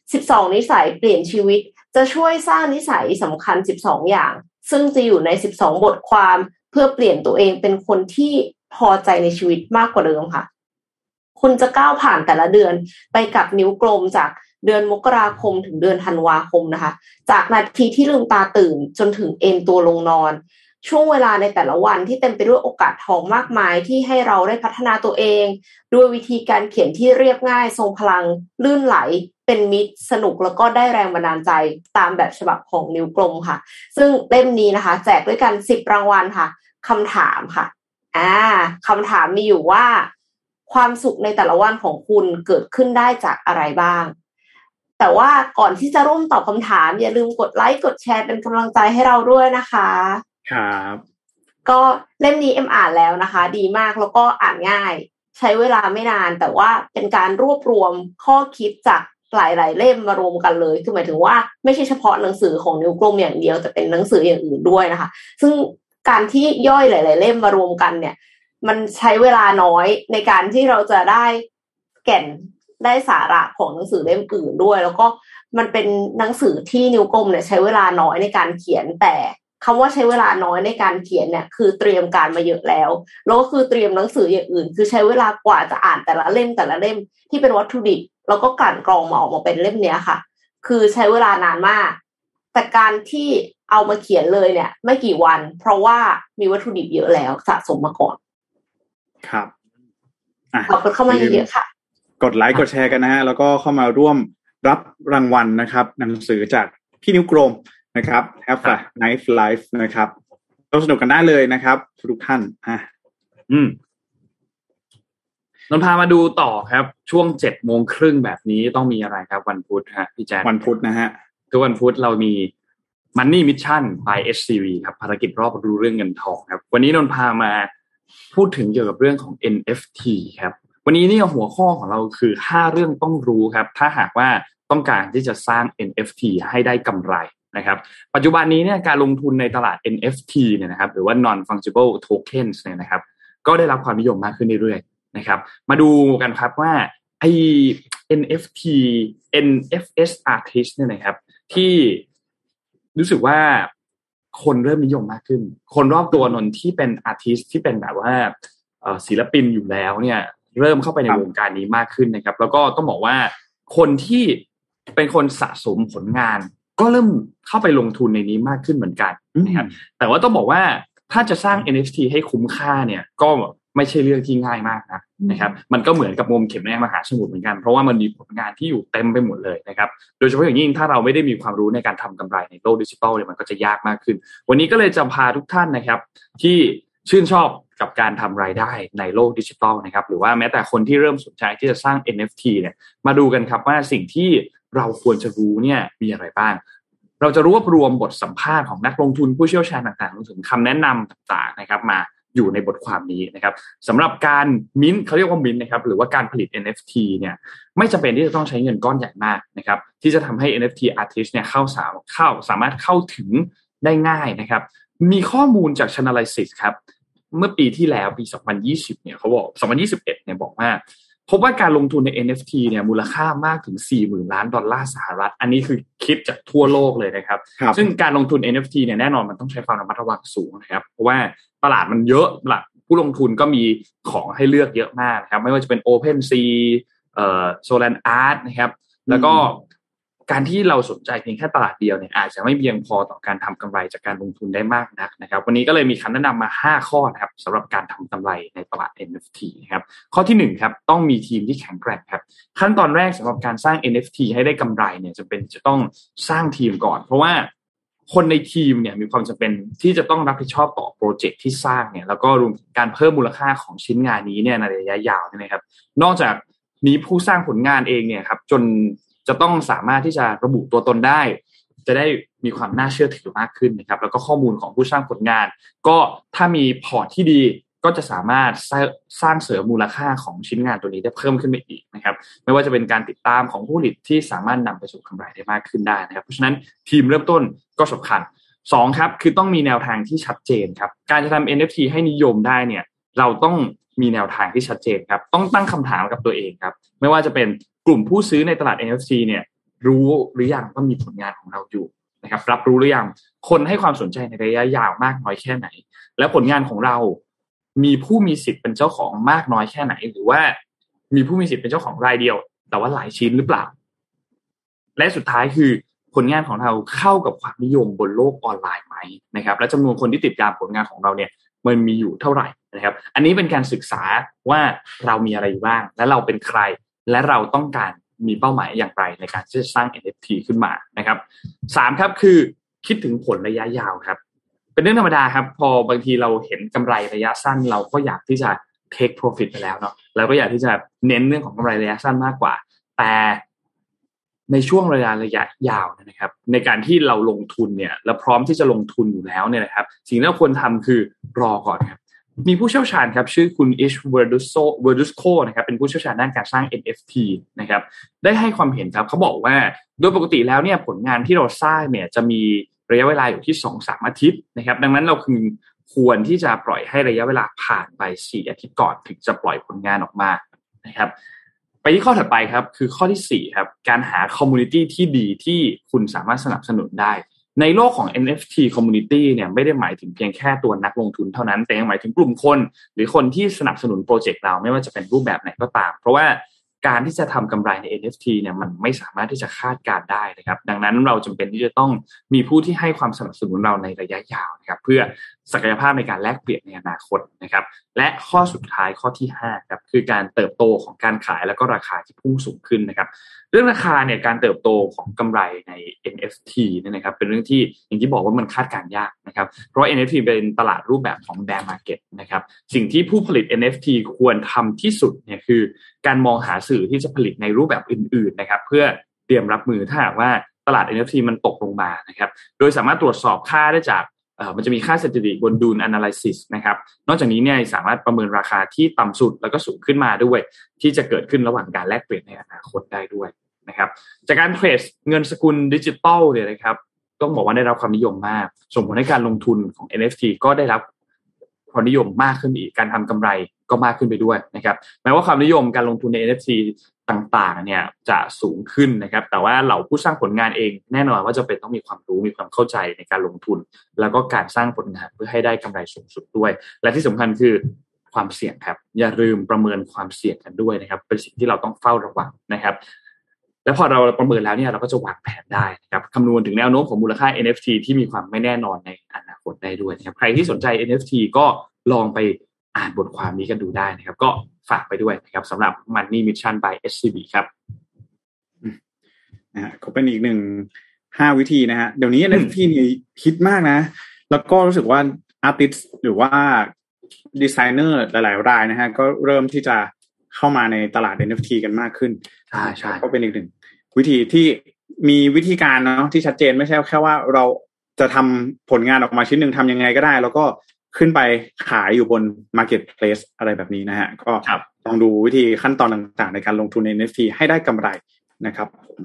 12นิสัยเปลี่ยนชีวิตจะช่วยสร้างนิสัยสำคัญ12อย่างซึ่งจะอยู่ใน12บทความเพื่อเปลี่ยนตัวเองเป็นคนที่พอใจในชีวิตมากกว่าเดิมค่ะคุณจะก้าวผ่านแต่ละเดือนไปกับนิ้วกลมจากเดือนมกราคมถึงเดือนธันวาคมนะคะจากนาทีที่ลืมตาตื่นจนถึงเอนตัวลงนอนช่วงเวลาในแต่ละวันที่เต็มไปด้วยโอกาสทองมากมายที่ให้เราได้พัฒนาตัวเองด้วยวิธีการเขียนที่เรียบง่ายทรงพลังลื่นไหลเป็นมิตรสนุกแล้วก็ได้แรงบันดาลใจตามแบบฉบับของนิ้วกลมค่ะซึ่งเล่มนี้นะคะแจกด้วยกัน10รางวัลค่ะคำถามค่ะคำถามมีอยู่ว่าความสุขในแต่ละวันของคุณเกิดขึ้นได้จากอะไรบ้างแต่ว่าก่อนที่จะร่วมตอบคำถามอย่าลืมกดไลค์กดแชร์เป็นกำลังใจให้เราด้วยนะคะครับก็เล่มนี้อ่านแล้วนะคะดีมากแล้วก็อ่านง่ายใช้เวลาไม่นานแต่ว่าเป็นการรวบรวมข้อคิดจากหลายๆเล่มมารวมกันเลยคือหมายถึงว่าไม่ใช่เฉพาะหนังสือของนิ้วกลมอย่างเดียวแต่เป็นหนังสืออย่างอื่นด้วยนะคะซึ่งการที่ย่อยหลายๆเล่มมารวมกันเนี่ยมันใช้เวลาน้อยในการที่เราจะได้แก่นได้สาระของหนังสือเล่มอื่นด้วยแล้วก็มันเป็นหนังสือที่นิ้วกลมเนี่ยใช้เวลาน้อยในการเขียนแต่คำว่าใช้เวลาน้อยในการเขียนเนี่ยคือเตรียมการมาเยอะแล้วก็คือเตรียมหนังสืออย่างอื่นคือใช้เวลากว่าจะอ่านแต่ละเล่มที่เป็นวัตถุดิบแล้วก็กลั่นกรองมาออกมาเป็นเล่มเนี้ยค่ะคือใช้เวลานานมากแต่การที่เอามาเขียนเลยเนี่ยไม่กี่วันเพราะว่ามีวัตถุดิบเยอะแล้วสะสมมาก่อนครับขอบคุณเข้ามาเยอะๆค่ะกดไลค์กดแชร์กันนะฮะแล้วก็เข้ามาร่วมรับรางวัลนะครับหนังสือจากพี่นิ้วกลมนะครับ Have a Nice Life นะครับสนุกกันได้เลยนะครับทุกท่านนนพามาดูต่อครับช่วง 7:30 นแบบนี้ต้องมีอะไรครับวันพุธฮะพี่แจ๊ควันพุธนะฮะทุกวันพุธเรามี Money Mission by SCV ครับภารกิจรอบรู้เรื่องเงินทองครับวันนี้นนพามาพูดถึงเกี่ยวกับเรื่องของ NFT ครับวันนี้เนี่ยหัวข้อของเราคือ5เรื่องต้องรู้ครับถ้าหากว่าต้องการที่จะสร้าง NFT ให้ได้กำไรนะครับปัจจุบันนี้เนี่ยการลงทุนในตลาด NFT เนี่ยนะครับหรือว่า Non Fungible Tokens เนี่ยนะครับก็ได้รับความนิยมมากขึ้นเรื่อยๆนะครับมาดูกันครับว่าไอ้ NFT NFS Artist เนี่ยนะครับที่รู้สึกว่าคนเริ่มนิยมมากขึ้นคนรอบตัวนนที่เป็นอาร์ติสต์ที่เป็นแบบว่าศิลปินอยู่แล้วเนี่ยเริ่มเข้าไปในวงการนี้มากขึ้นนะครับแล้วก็ต้องบอกว่าคนที่เป็นคนสะสมผลงานก็เริ่มเข้าไปลงทุนในนี้มากขึ้นเหมือนกันนะครับแต่ว่าต้องบอกว่าถ้าจะสร้าง NFT ให้คุ้มค่าเนี่ยก็ไม่ใช่เรื่องที่ง่ายมากนะครับมันก็เหมือนกับงมเข็มในมหาสมุทรเหมือนกันเพราะว่ามันมีผลงานที่อยู่เต็มไปหมดเลยนะครับโดยเฉพาะอย่างยิ่งถ้าเราไม่ได้มีความรู้ในการทำกำไรในโลกดิจิทัลเนี่ยมันก็จะยากมากขึ้นวันนี้ก็เลยจะพาทุกท่านนะครับที่ชื่นชอบกับการทำรายได้ในโลกดิจิทัลนะครับหรือว่าแม้แต่คนที่เริ่มสนใจที่จะสร้าง NFT เนี่ยมาดูกันครับว่าสิ่งที่เราควรจะรู้เนี่ยมีอะไรบ้างเราจะรวบรวมบทสัมภาษณ์ของนักลงทุนผู้เชี่ยวชาญต่างๆรวมถึงคำแนะนำต่างๆนะครับมาอยู่ในบทความนี้นะครับสำหรับการมิ้นท์เขาเรียกว่ามิ้นท์นะครับหรือว่าการผลิต NFT เนี่ยไม่จำเป็นที่จะต้องใช้เงินก้อนใหญ่มากนะครับที่จะทำให้ NFT artist เนี่ยสามารถเข้าถึงได้ง่ายนะครับมีข้อมูลจาก Chainalysis ครับเมื่อปีที่แล้วปี2020เนี่ยเขาบอก2021เนี่ยบอกว่าพบว่าการลงทุนใน NFT เนี่ยมูลค่ามากถึง $40,000 ล้านอันนี้คือคิดจากทั่วโลกเลยนะครับซึ่งการลงทุน NFT เนี่ยแน่นอนมันต้องใช้ความระมัดระวังสูงนะครับเพราะว่าตลาดมันเยอะผู้ลงทุนก็มีของให้เลือกเยอะมากนะครับไม่ว่าจะเป็น OpenSea Solana นะครับแล้วก็การที่เราสนใจเพียงแค่ตลาดเดียวเนี่ยอาจจะไม่เพียงพอต่อการทำกำไรจากการลงทุนได้มากนักนะครับวันนี้ก็เลยมีคำแนะนำมา5ข้อนะครับสำหรับการทำกำไรในตลาด NFT นะครับข้อที่1ครับต้องมีทีมที่แข็งแกร่งครับขั้นตอนแรกสำหรับการสร้าง NFT ให้ได้กำไรเนี่ยจะต้องสร้างทีมก่อนเพราะว่าคนในทีมเนี่ยมีความจำเป็นที่จะต้องรับผิดชอบต่อโปรเจกต์ที่สร้างเนี่ยแล้วก็รวมถึงการเพิ่มมูลค่าของชิ้นงานนี้เนี่ยในระยะยาวนะครับนอกจากนี้ผู้สร้างผลงานเองเนี่ยครับจนจะต้องสามารถที่จะระบุตัวตนได้จะได้มีความน่าเชื่อถือมากขึ้นนะครับแล้วก็ข้อมูลของผู้สร้างผลงานก็ถ้ามีพอร์ตที่ดีก็จะสามารถสร้างเสริมมูลค่าของชิ้นงานตัวนี้ได้เพิ่มขึ้นไปอีกนะครับไม่ว่าจะเป็นการติดตามของผู้ผลิตที่สามารถนำไปสู่กำไรได้มากขึ้นได้นะครับเพราะฉะนั้นทีมเริ่มต้นก็สำคัญ2ครับคือต้องมีแนวทางที่ชัดเจนครับการจะทำ NFT ให้นิยมได้เนี่ยเราต้องมีแนวทางที่ชัดเจนครับต้องตั้งคำถามกับตัวเองครับไม่ว่าจะเป็นกลุ่มผู้ซื้อในตลาด NFT เนี่ยรู้หรือยังว่ามีผลงานของเราอยู่นะครับรับรู้หรือยังคนให้ความสนใจในระยะยาวมากน้อยแค่ไหนและผลงานของเรามีผู้มีสิทธิ์เป็นเจ้าของมากน้อยแค่ไหนหรือว่ามีผู้มีสิทธิ์เป็นเจ้าของรายเดียวแต่ว่าหลายชิ้นหรือเปล่าและสุดท้ายคือผลงานของเราเข้ากับความนิยมบนโลกออนไลน์ไหมนะครับและจำนวนคนที่ติดตามผลงานของเราเนี่ยมันมีอยู่เท่าไหร่นะครับอันนี้เป็นการศึกษาว่าเรามีอะไรอยู่บ้างและเราเป็นใครและเราต้องการมีเป้าหมายอย่างไรในการที่จะสร้าง NFT ขึ้นมานะครับ3ครับคือคิดถึงผลระยะยาวครับเป็นเรื่องธรรมดาครับพอบางทีเราเห็นกำไรระยะสั้นเราก็อยากที่จะ take profit ไปแล้วเนาะเราก็อยากที่จะเน้นเรื่องของกำไรระยะสั้นมากกว่าแต่ในช่วงระยะยาวนะครับในการที่เราลงทุนเนี่ยเราพร้อมที่จะลงทุนอยู่แล้วเนี่ยนะครับสิ่งที่เราควรทำคือรอก่อนครับมีผู้เชี่ยวชาญครับชื่อคุณอิชเวอร์ดุสโคนะครับเป็นผู้เชี่ยวชาญด้านการสร้าง NFT นะครับได้ให้ความเห็นครับเขาบอกว่าโดยปกติแล้วเนี่ยผลงานที่เราสร้างเนี่ยจะมีระยะเวลาอยู่ที่ 2-3 อาทิตย์นะครับดังนั้นเราควรที่จะปล่อยให้ระยะเวลาผ่านไป4 อาทิตย์ก่อนถึงจะปล่อยผลงานออกมานะครับไปที่ข้อถัดไปครับคือข้อที่4ครับการหาคอมมูนิตี้ที่ดีที่คุณสามารถสนับสนุนได้ในโลกของ NFT Community เนี่ยไม่ได้หมายถึงเพียงแค่ตัวนักลงทุนเท่านั้นแต่ยังหมายถึงกลุ่มคนหรือคนที่สนับสนุนโปรเจกต์เราไม่ว่าจะเป็นรูปแบบไหนก็ตามเพราะว่าการที่จะทำกำไรใน NFT เนี่ยมันไม่สามารถที่จะคาดการได้นะครับดังนั้นเราจำเป็นที่จะต้องมีผู้ที่ให้ความสนับสนุนเราในระยะยาวนะครับเพื่อศักยภาพในการแลกเปลี่ยนในอนาคตนะครับและข้อสุดท้ายข้อที่5ครับคือการเติบโตของการขายแล้วก็ราคาที่พุ่งสูงขึ้นนะครับเรื่องราคาเนี่ยการเติบโตของกำไรใน NFT เนี่ยนะครับเป็นเรื่องที่อย่างที่บอกว่ามันคาดการยากนะครับเพราะ NFT เป็นตลาดรูปแบบของ bear market นะครับสิ่งที่ผู้ผลิต NFT ควรทำที่สุดเนี่ยคือการมองหาสื่อที่จะผลิตในรูปแบบอื่นๆนะครับเพื่อเตรียมรับมือถ้าหากว่าตลาด NFT มันตกลงมานะครับโดยสามารถตรวจสอบค่าได้จากมันจะมีค่าสถิติบนDune Analysis นะครับนอกจากนี้เนี่ยสามารถประเมินราคาที่ต่ำสุดแล้วก็สูงขึ้นมาด้วยที่จะเกิดขึ้นระหว่างการแลกเปลี่ยนในอนาคตได้ด้วยนะครับจากการเทรดเงินสกุลดิจิตอลเนี่ยนะครับต้องบอกว่าได้รับความนิยมมากส่งผลให้การลงทุนของ NFT ก็ได้รับความนิยมมากขึ้นอีกการทำกำไรก็มากขึ้นไปด้วยนะครับแม้ว่าความนิยมการลงทุนใน NFT ต่างๆเนี่ยจะสูงขึ้นนะครับแต่ว่าเหล่าผู้สร้างผลงานเองแน่นอนว่าจะเป็นต้องมีความรู้มีความเข้าใจในการลงทุนแล้วก็การสร้างผลงานเพื่อให้ได้กำไรสูงสุดด้วยและที่สำคัญคือความเสี่ยงครับอย่าลืมประเมินความเสี่ยงกันด้วยนะครับเป็นสิ่งที่เราต้องเฝ้าระวังนะครับและพอเราประเมินแล้วเนี่ยเราก็จะวางแผนได้นะครับคำนวณถึงแนวโน้มของมูลค่า NFT ที่มีความไม่แน่นอนในอนาคตได้ด้วยนะครับใครที่สนใจ NFT ก็ลองไปอ่านบทความนี้กันดูได้นะครับก็ฝากไปด้วยนะครับสำหรับ Money Mission by SCB ครับก็เป็นอีก5 วิธีนะฮะเดี๋ยวนี้ NFT นี่ฮิตมากนะแล้วก็รู้สึกว่าอาร์ติสต์หรือว่าดีไซเนอร์หลายๆรายนะฮะก็เริ่มที่จะเข้ามาในตลาด NFT กันมากขึ้นใช่ก็เป็นอีกวิธีที่มีวิธีการเนาะที่ชัดเจนไม่ใช่แค่ว่าเราจะทำผลงานออกมาชิ้นหนึ่งทำยังไงก็ได้แล้วก็ขึ้นไปขายอยู่บน Marketplace อะไรแบบนี้นะฮะก็ลองดูวิธีขั้นตอนต่างๆในการลงทุนใน NFT ให้ได้กำไรนะครับ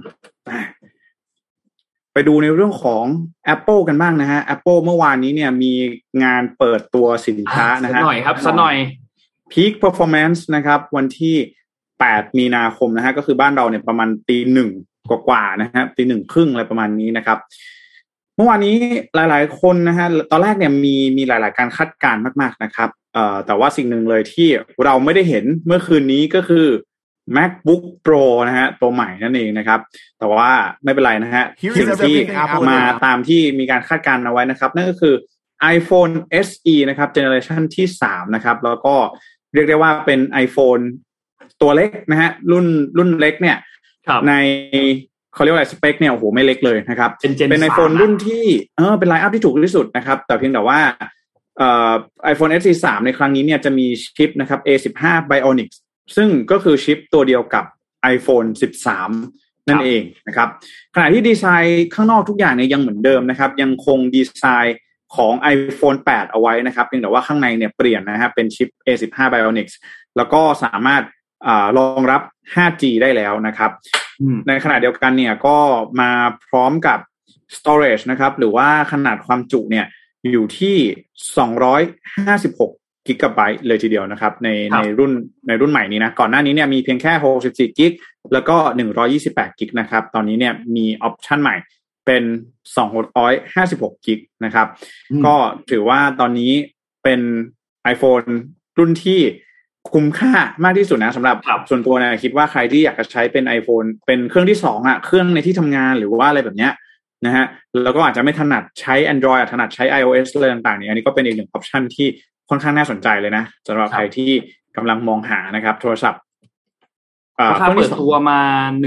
ไปดูในเรื่องของ Apple กันบ้างนะฮะ Apple เมื่อวานนี้เนี่ยมีงานเปิดตัวสินค้านะฮะสักหน่อยครับสักหน่อย Peak Performance นะครับวันที่8 มีนาคมนะฮะก็คือบ้านเราเนี่ยประมาณ 1:00 กว่าๆนะฮะ 1:30 อะไรประมาณนี้นะครับเมื่อวานนี้หลายๆคนนะฮะตอนแรกเนี่ยมีหลายๆการคาดการณ์มากๆนะครับแต่ว่าสิ่งหนึ่งเลยที่เราไม่ได้เห็นเมื่อคืนนี้ก็คือ MacBook Pro นะฮะตัวใหม่นั่นเองนะครับแต่ว่าไม่เป็นไรนะฮะสิ่งที่มาตามที่มีการคาดการณ์เอาไว้นะครับนั่นก็คือ iPhone SE นะครับเจเนอเรชันที่3นะครับแล้วก็เรียกได้ว่าเป็น iPhone ตัวเล็กนะฮะรุ่นเล็กเนี่ยในเขาเรียกว่าอะไรสเปคเนี่ยโอ้โหไม่เล็กเลยนะครับเป็น iPhone รุ่นที่เป็นไลน์อัพที่ถูกที่สุดนะครับแต่เพียงแต่ว่าiPhone SE 3ในครั้งนี้เนี่ยจะมีชิปนะครับ A15 Bionic ซึ่งก็คือชิปตัวเดียวกับ iPhone 13นั่นเองนะครับขณะที่ดีไซน์ข้างนอกทุกอย่างเนี่ยยังเหมือนเดิมนะครับยังคงดีไซน์ของ iPhone 8เอาไว้นะครับเพียงแต่ว่าข้างในเนี่ยเปลี่ยนนะฮะเป็นชิป A15 Bionic แล้วก็สามารถรองรับ 5G ได้แล้วนะครับในขณะเดียวกันเนี่ยก็มาพร้อมกับ storage นะครับหรือว่าขนาดความจุเนี่ยอยู่ที่256 กิกะไบต์เลยทีเดียวนะครับในรุ่นใหม่นี้นะก่อนหน้านี้เนี่ยมีเพียงแค่64กิกแล้วก็128กิกนะครับตอนนี้เนี่ยมีออปชันใหม่เป็น256กิกนะครับก็ถือว่าตอนนี้เป็น iPhone รุ่นที่คุ้มค่ามากที่สุดนะสำหรับส่วนตัวเนี่ยคิดว่าใครที่อยากจะใช้เป็น iPhone เป็นเครื่องที่2เครื่องในที่ทำงานหรือว่าอะไรแบบเนี้ยนะฮะแล้วก็อาจจะไม่ถนัดใช้ Android ถนัดใช้ iOS อะไรต่างๆเนี่ยอันนี้ก็เป็นอีกหนึ่งออปชันที่ค่อนข้างน่าสนใจเลยนะสำหรับใครที่กำลังมองหานะครับโทรศัพท์ราคาเปิดตัวมา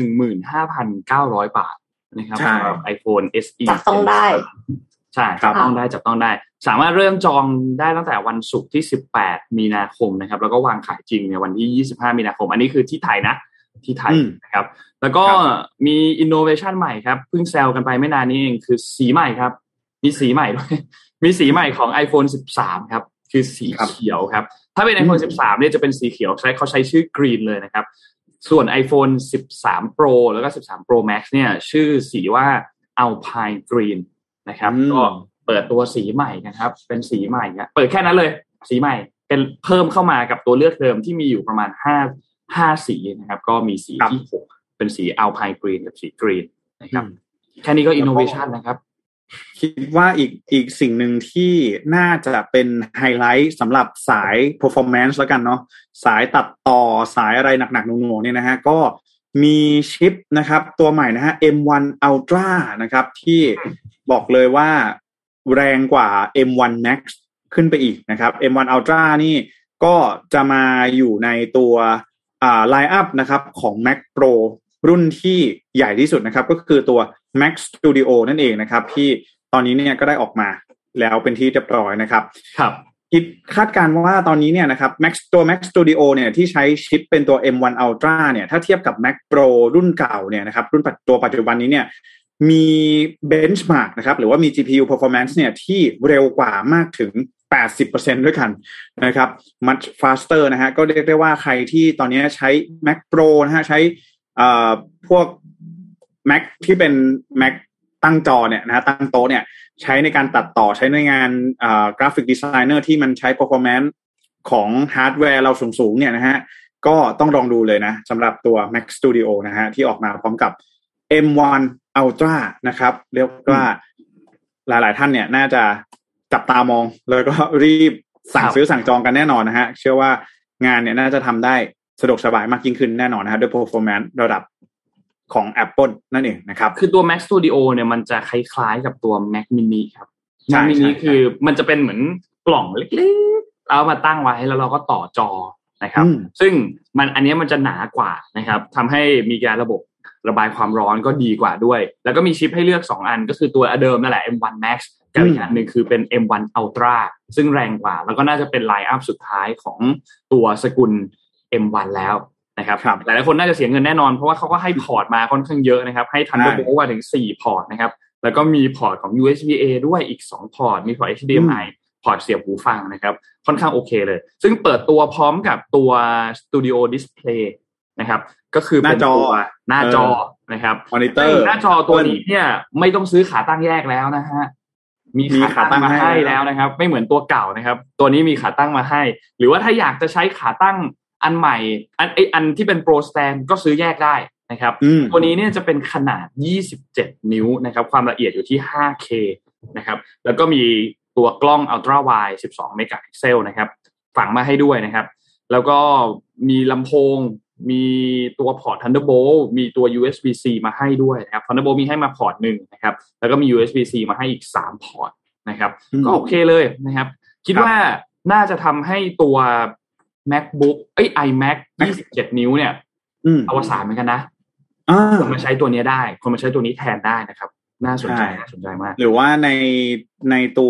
15,900 บาทนะครับสำหรับ iPhone SE จับต้องได้ใช่จับต้องได้สามารถเริ่มจองได้ตั้งแต่วันศุกร์ที่18มีนาคมนะครับแล้วก็วางขายจริงในวันที่25มีนาคมอันนี้คือที่ไทยนะที่ไทยนะครับแล้วก็มีอินโนเวชันใหม่ครับเพิ่งแซวกันไปไม่นานนี้เองคือสีใหม่ครับมีสีใหม่ด้วยมีสีใหม่ของ iPhone 13ครับคือสีเขียวครับถ้าเป็น iPhone 13เนี่ยจะเป็นสีเขียวเขาใช้ชื่อกรีนเลยนะครับส่วน iPhone 13 Pro แล้วก็13 Pro Max เนี่ยชื่อสีว่า Alpine Green นะครับก็เปิดตัวสีใหม่นะครับเป็นสีใหม่ครับเปิดแค่นั้นเลยสีใหม่เป็นเพิ่มเข้ามากับตัวเลือกเดิมที่มีอยู่ประมาณ5สีนะครับก็มีสีที่6เป็นสี Alpine Green กับสี Green นะครับแค่นี้ก็ innovation นะครับคิดว่าอีกสิ่งหนึ่งที่น่าจะเป็นไฮไลท์สำหรับสาย performance แล้วกันเนาะสายตัดต่อสายอะไรหนักๆหน่วงๆเนี่ยนะฮะก็มีชิปนะครับตัวใหม่นะฮะ M1 Ultra นะครับที่บอกเลยว่าแรงกว่า M1 Max ขึ้นไปอีกนะครับ M1 Ultra นี่ก็จะมาอยู่ในตัวline up นะครับของ Mac Pro รุ่นที่ใหญ่ที่สุดนะครับก็คือตัว Mac Studio นั่นเองนะครับที่ตอนนี้เนี่ยก็ได้ออกมาแล้วเป็นที่เรียบร้อยนะครับครับคาดการณ์ว่าตอนนี้เนี่ยนะครับ Mac Studio เนี่ยที่ใช้ชิปเป็นตัว M1 Ultra เนี่ยถ้าเทียบกับ Mac Pro รุ่นเก่าเนี่ยนะครับรุ่นตัวปัจจุบันนี้เนี่ยมีเบนช์มาร์กนะครับหรือว่ามี GPU performance เนี่ยที่เร็วกว่ามากถึง 80% ด้วยกันนะครับ much faster นะฮะก็เรียกได้ว่าใครที่ตอนนี้ใช้ Mac Pro นะฮะใช้พวก Mac ที่เป็น Mac ตั้งจอเนี่ยนะฮะตั้งโต๊ะเนี่ยใช้ในการตัดต่อใช้ในงานกราฟิกดีไซเนอร์ที่มันใช้ performance ของฮาร์ดแวร์เราสูงๆเนี่ยนะฮะก็ต้องลองดูเลยนะสำหรับตัว Mac Studio นะฮะที่ออกมาพร้อมกับ M1 Ultra นะครับเรียกว่าหลายๆท่านเนี่ยน่าจะจับตามองแล้วก็รีบสั่งจองกันแน่นอนนะฮะเชื่อว่างานเนี่ยน่าจะทำได้สะดวกสบายมากยิ่งขึ้นแน่นอนนะฮะด้วย performance ระดับของ Apple นั่นเองนะครับคือตัว Mac Studio เนี่ยมันจะคล้ายๆกับตัว Mac Mini ครับ Mac Mini คือมันจะเป็นเหมือนกล่องเล็กๆเอามาตั้งไว้แล้วเราก็ต่อจอนะครับซึ่งอันนี้มันจะหนากว่านะครับทำให้มีการระบบระบายความร้อนก็ดีกว่าด้วยแล้วก็มีชิปให้เลือก2อันก็คือตัวเดิมนั่นแหละ M1 Max กับอีกอันนึงคือเป็น M1 Ultra ซึ่งแรงกว่าแล้วก็น่าจะเป็นไลน์อัพสุดท้ายของตัวสกุล M1 แล้วนะครับหลายๆคนน่าจะเสียเงินแน่นอนเพราะว่าเขาก็ให้พอร์ตมาค่อนข้างเยอะนะครับให้ Thunderbolt ว่าถึง4พอร์ตนะครับแล้วก็มีพอร์ตของ USB-A ด้วยอีก2พอร์ตมีพอร์ต HDMI พอร์ตเสียบหูฟังนะครับค่อนข้างโอเคเลยซึ่งเปิดตัวพร้อมกับตัว Studio Display นะครับก็คือเป็นตัวหน้าจอนะครับมอนิเตอร์หน้าจอตัวนี้เนี่ยไม่ต้องซื้อขาตั้งแยกแล้วนะฮะมีขาตั้งมาให้แล้วนะครับไม่เหมือนตัวเก่านะครับตัวนี้มีขาตั้งมาให้หรือว่าถ้าอยากจะใช้ขาตั้งอันใหม่อันที่เป็น Pro Stand ก็ซื้อแยกได้นะครับตัวนี้เนี่ยจะเป็นขนาด27นิ้วนะครับความละเอียดอยู่ที่ 5K นะครับแล้วก็มีตัวกล้อง Ultra Wide 12 เมกะพิกเซลนะครับฝังมาให้ด้วยนะครับแล้วก็มีลำโพงมีตัวพอร์ต Thunderbolt มีตัว USB-C มาให้ด้วยนะครับ Thunderbolt มีให้มาพอร์ตนึงนะครับแล้วก็มี USB-C มาให้อีก3พอร์ตนะครับก็โอเคเลยนะครับคิดว่าน่าจะทำให้ตัว MacBook iMac 27 นิ้วเนี่ยอวสานเหมือนกันนะคนมาใช้ตัวนี้ได้คนมาใช้ตัวนี้แทนได้นะครับน่าสนใจมากหรือว่าในตัว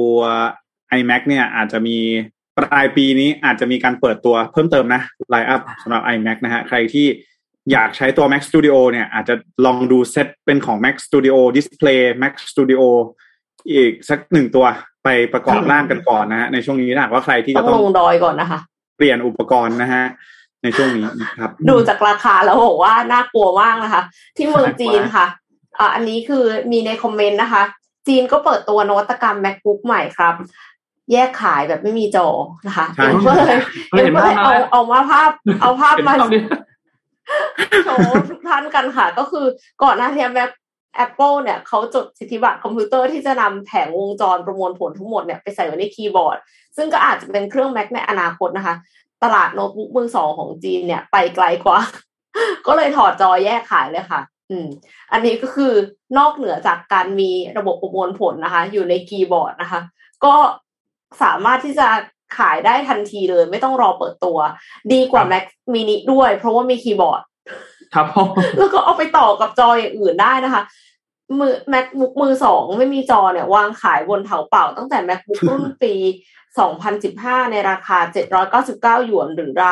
iMac เนี่ยอาจจะมีปลายปีนี้อาจจะมีการเปิดตัวเพิ่มเติมนะไลน์อัพสำหรับ iMac นะฮะใครที่อยากใช้ตัว Mac Studio เนี่ยอาจจะลองดูเซตเป็นของ Mac Studio Display Mac Studio อีกสัก1ตัวไปประกอบร่างกันก่อนนะฮะในช่วงนี้ถ้าว่าใครที่จะต้องลงดอยก่อนนะคะเปลี่ยนอุปกรณ์นะฮะในช่วงนี้นะครับดูจากราคาแล้วบอกว่าน่ากลัวมากนะคะที่เมืองจีนค่ะอันนี้คือมีในคอมเมนต์นะคะจีนก็เปิดตัวนวัตกรรม MacBook ใหม่ครับแยกขายแบบไม่มีจอนะคะเอ็มก็เลยเอาภาพมาโชว์ทุกท่านกันค่ะก็คือก่อนหน้านี้Apple เนี่ยเขาจดสิทธิบัตรคอมพิวเตอร์ที่จะนำแผงวงจรประมวลผลทั้งหมดเนี่ยไปใส่ไว้ในคีย์บอร์ดซึ่งก็อาจจะเป็นเครื่อง Mac ในอนาคตนะคะตลาดโน้ตบุ๊กมือสองของจีนเนี่ยไปไกลกว่า ก็เลยถอดจอแยกขายเลยค่ะอันนี้ก็คือนอกเหนือจากการมีระบบประมวลผลนะคะอยู่ในคีย์บอร์ดนะคะก็สามารถที่จะขายได้ทันทีเลยไม่ต้องรอเปิดตัวดีกว่า Mac mini ด้วยเพราะว่ามีคีย์บอร์ดครับแล้วก็เอาไปต่อกับจออย่างอื่นได้นะคะMacBook มือสองไม่มีจอเนี่ยวางขายบนเถาเป่าตั้งแต่ MacBook รุ่นปี2015ในราคา799หยวนหรือราว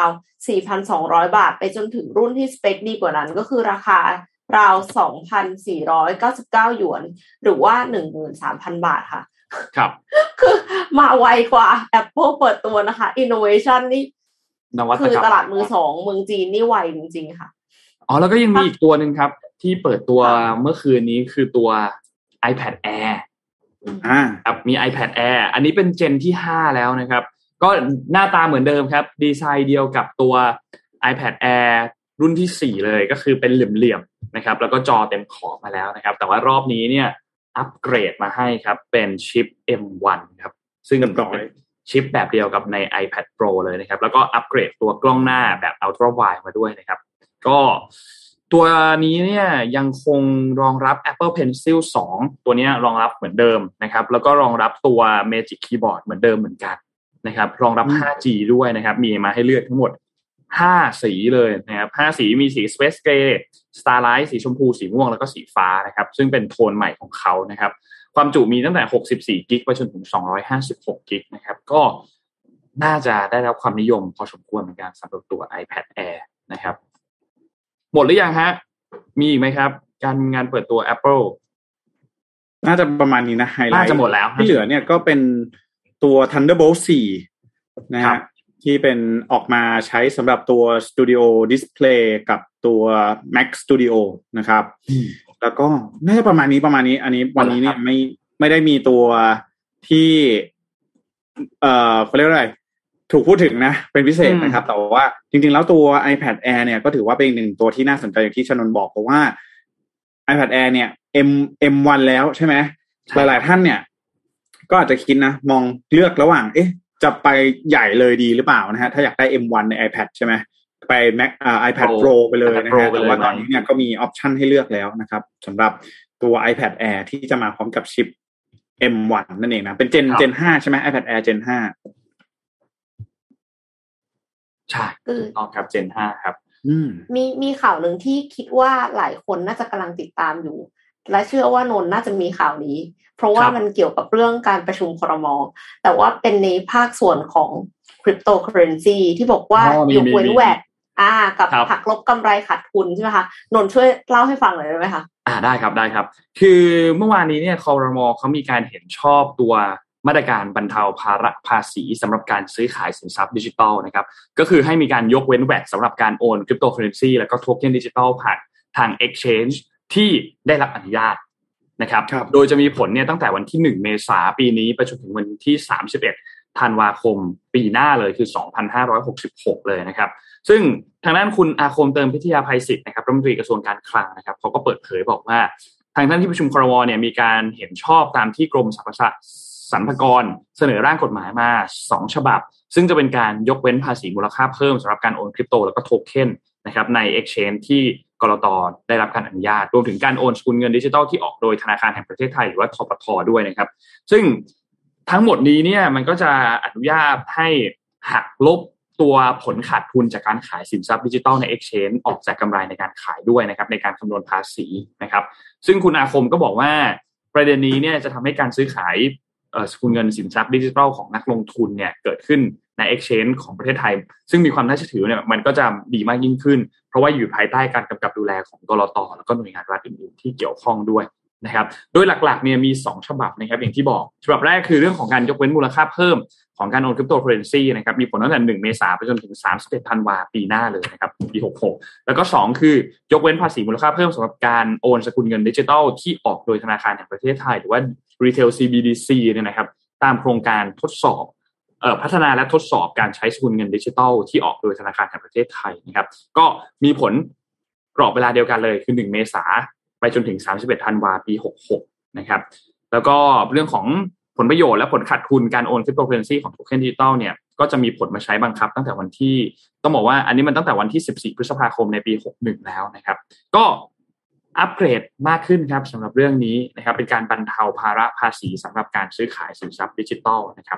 4,200 บาทไปจนถึงรุ่นที่สเปคดีกว่านั้นก็คือราคาราว 2,499 หยวนหรือว่า 13,000 บาทค่ะครับคือมาไวกว่า Apple เปิดตัวนะคะ Innovation นี่คือตลาดมือสองเมืองจีนนี่ไวจริงๆค่ะแล้วก็ยังมีอีกตัวนึงครับที่เปิดตัวเมื่อคืนนี้คือตัว iPad Air ครับมี iPad Air อันนี้เป็นเจนที่5แล้วนะครับก็หน้าตาเหมือนเดิมครับดีไซน์เดียวกับตัว iPad Air รุ่นที่4เลยก็คือเป็นเหลี่ยมๆนะครับแล้วก็จอเต็มขอบมาแล้วนะครับแต่ว่ารอบนี้เนี่ยอัปเกรดมาให้ครับเป็นชิป M1 ครับซึ่งเป็นชิปแบบเดียวกับใน iPad Pro เลยนะครับแล้วก็อัปเกรดตัวกล้องหน้าแบบ Ultra Wide มาด้วยนะครับก็ตัวนี้เนี่ยยังคงรองรับ Apple Pencil 2ตัวนี้รองรับเหมือนเดิมนะครับแล้วก็รองรับตัว Magic Keyboard เหมือนเดิมเหมือนกันนะครับรองรับ 5G ด้วยนะครับมีมาให้เลือกทั้งหมด5สีเลยนะครับ5สีมีสี Space Gray Starlight สีชมพูสีม่วงแล้วก็สีฟ้านะครับซึ่งเป็นโทนใหม่ของเขานะครับความจุมีตั้งแต่64กิกไปจนถึง256กิกนะครับก็น่าจะได้รับความนิยมพอสมควรเหมือนกันสำหรับตัว iPad Air นะครับหมดหรือยังฮะมีอีกไหมครับการงานเปิดตัว Apple น่าจะประมาณนี้นะไฮไลท์น่าจะหมดแล้วที่เหลือเนี่ยก็เป็นตัว Thunderbolt 4นะฮะที่เป็นออกมาใช้สำหรับตัว Studio Display กับตัว Mac Studio นะครับแล้วก็น่าจะประมาณนี้อันนี้วันนี้เนี่ยไม่ได้มีตัวที่เขาเรียกว่าอะไรถูกพูดถึงนะเป็นพิเศษนะครับแต่ว่าจริงๆแล้วตัว iPad Air เนี่ยก็ถือว่าเป็นหนึ่งตัวที่น่าสนใจอย่างที่ชนนบอกเพราะว่า iPad Air เนี่ย M1 แล้วใช่ไหมหลายๆท่านเนี่ยก็อาจจะคิดนะมองเลือกระหว่างจะไปใหญ่เลยดีหรือเปล่านะฮะถ้าอยากได้ M1 ใน iPad ใช่ไหมไป Mac iPad Pro ไปเลยนะฮะแต่ว่าตอนนี้เนี่ยก็มีออปชันให้เลือกแล้วนะครับสำหรับตัว iPad Air ที่จะมาพร้อมกับชิป M1 นั่นเองนะเป็น Gen 5ใช่ไหม iPad Air Gen 5 ใช่ต้องครับ Gen 5ครับมีข่าวหนึ่งที่คิดว่าหลายคนน่าจะกำลังติดตามอยู่และเชื่อว่านนน่าจะมีข่าวนี้เพราะว่ามันเกี่ยวกับเรื่องการประชุมครม.แต่ว่าเป็นในภาคส่วนของคริปโตเคอเรนซีที่บอกว่ายกเว้นแวดกับหักลบกำไรขาดทุนใช่ไหมคะนนช่วยเล่าให้ฟังหน่อยได้ไหมคะได้ครับคือเมื่อวานนี้เนี่ยครม.เขามีการเห็นชอบตัวมาตรการบรรเทาภาระภาษีสำหรับการซื้อขายสินทรัพย์ดิจิทัลนะครับก็คือให้มีการยกเว้นแวดสำหรับการโอนคริปโตเคอเรนซีแล้วก็โทเค็นดิจิทัลผ่านทาง Exchange ที่ได้รับอนุญาตนะครับโดยจะมีผลเนี่ยตั้งแต่วันที่1เมษายนปีนี้ไปจนถึงวันที่31ธันวาคมปีหน้าเลยคือ2566เลยนะครับซึ่งทางด้านคุณอาคมเติมพิทยาภัยศิษย์นะครับรัฐมนตรีกระทรวงการคลังนะครับเขาก็เปิดเผยบอกว่าทางท่านที่ประชุมครม.เนี่ยมีการเห็นชอบตามที่กรมสรรพากรเสนอร่างกฎหมายมา2ฉบับซึ่งจะเป็นการยกเว้นภาษีมูลค่าเพิ่มสำหรับการโอนคริปโตแล้วก็โทเค็นนะครับใน Exchange ที่กลต.ได้รับการอนุญาตรวมถึงการโอนสกุลเงินดิจิทัลที่ออกโดยธนาคารแห่งประเทศไทยหรือว่าธปท.ด้วยนะครับซึ่งทั้งหมดนี้เนี่ยมันก็จะอนุญาตให้หักลบตัวผลขาดทุนจากการขายสินทรัพย์ดิจิทัลใน Exchange ออกจากกำไรในการขายด้วยนะครับในการคำนวณภาษีนะครับซึ่งคุณอาคมก็บอกว่าประเด็นนี้เนี่ยจะทำให้การซื้อขายสกุลเงินสินทรัพย์ดิจิทัลของนักลงทุนเนี่ยเกิดขึ้นใน Exchange ของประเทศไทยซึ่งมีความน่าเชื่อถือเนี่ยมันก็จะดีมากยิ่งขึ้นเพราะว่าอยู่ภายใต้การกำกับดูแลของกลต.แล้วก็หน่วยงานรัฐอื่นๆที่เกี่ยวข้องด้วยนะครับโดยหลักๆเนี่ยมี2ฉบับนะครับอย่างที่บอกฉบับแรกคือเรื่องของการยกเว้นมูลค่าเพิ่มของการโอนคริปโตเคอเรนซีนะครับมีผลตั้งแต่1เมษายนไปจนถึง31ธันวาคมปีหน้าเลยนะครับปี66แล้วก็2คือยกเว้นภาษีมูลค่าเพิ่มสำหรับการโอนสกุลเงินดิจิทัลที่ออกโดยธนาคารแห่งประเทศไทยหรือว่า Retail CBDC เนี่ยนะครับตามโครงการทดสอบพัฒนาและทดสอบการใช้สกุลเงินดิจิทัลที่ออกโดยธนาคารแห่งประเทศไทยนะครับก็มีผลกรอบเวลาเดียวกันเลยคือ1เมษายนไปจนถึง31ธันวาคมปี66นะครับแล้วก็เรื่องของผลประโยชน์และผลขาดทุนการโอนคริปโตเคอเรนซีของโทเค็นดิจิทัลเนี่ยก็จะมีผลมาใช้บังคับตั้งแต่วันที่ต้องบอกว่าอันนี้มันตั้งแต่วันที่14พฤษภาคมในปี61แล้วนะครับก็อัปเกรดมากขึ้นครับสำหรับเรื่องนี้นะครับเป็นการบรรเทาภาระภาษีสำหรับการซื้อขายสินทรัพย์ดิจิทัลนะครับ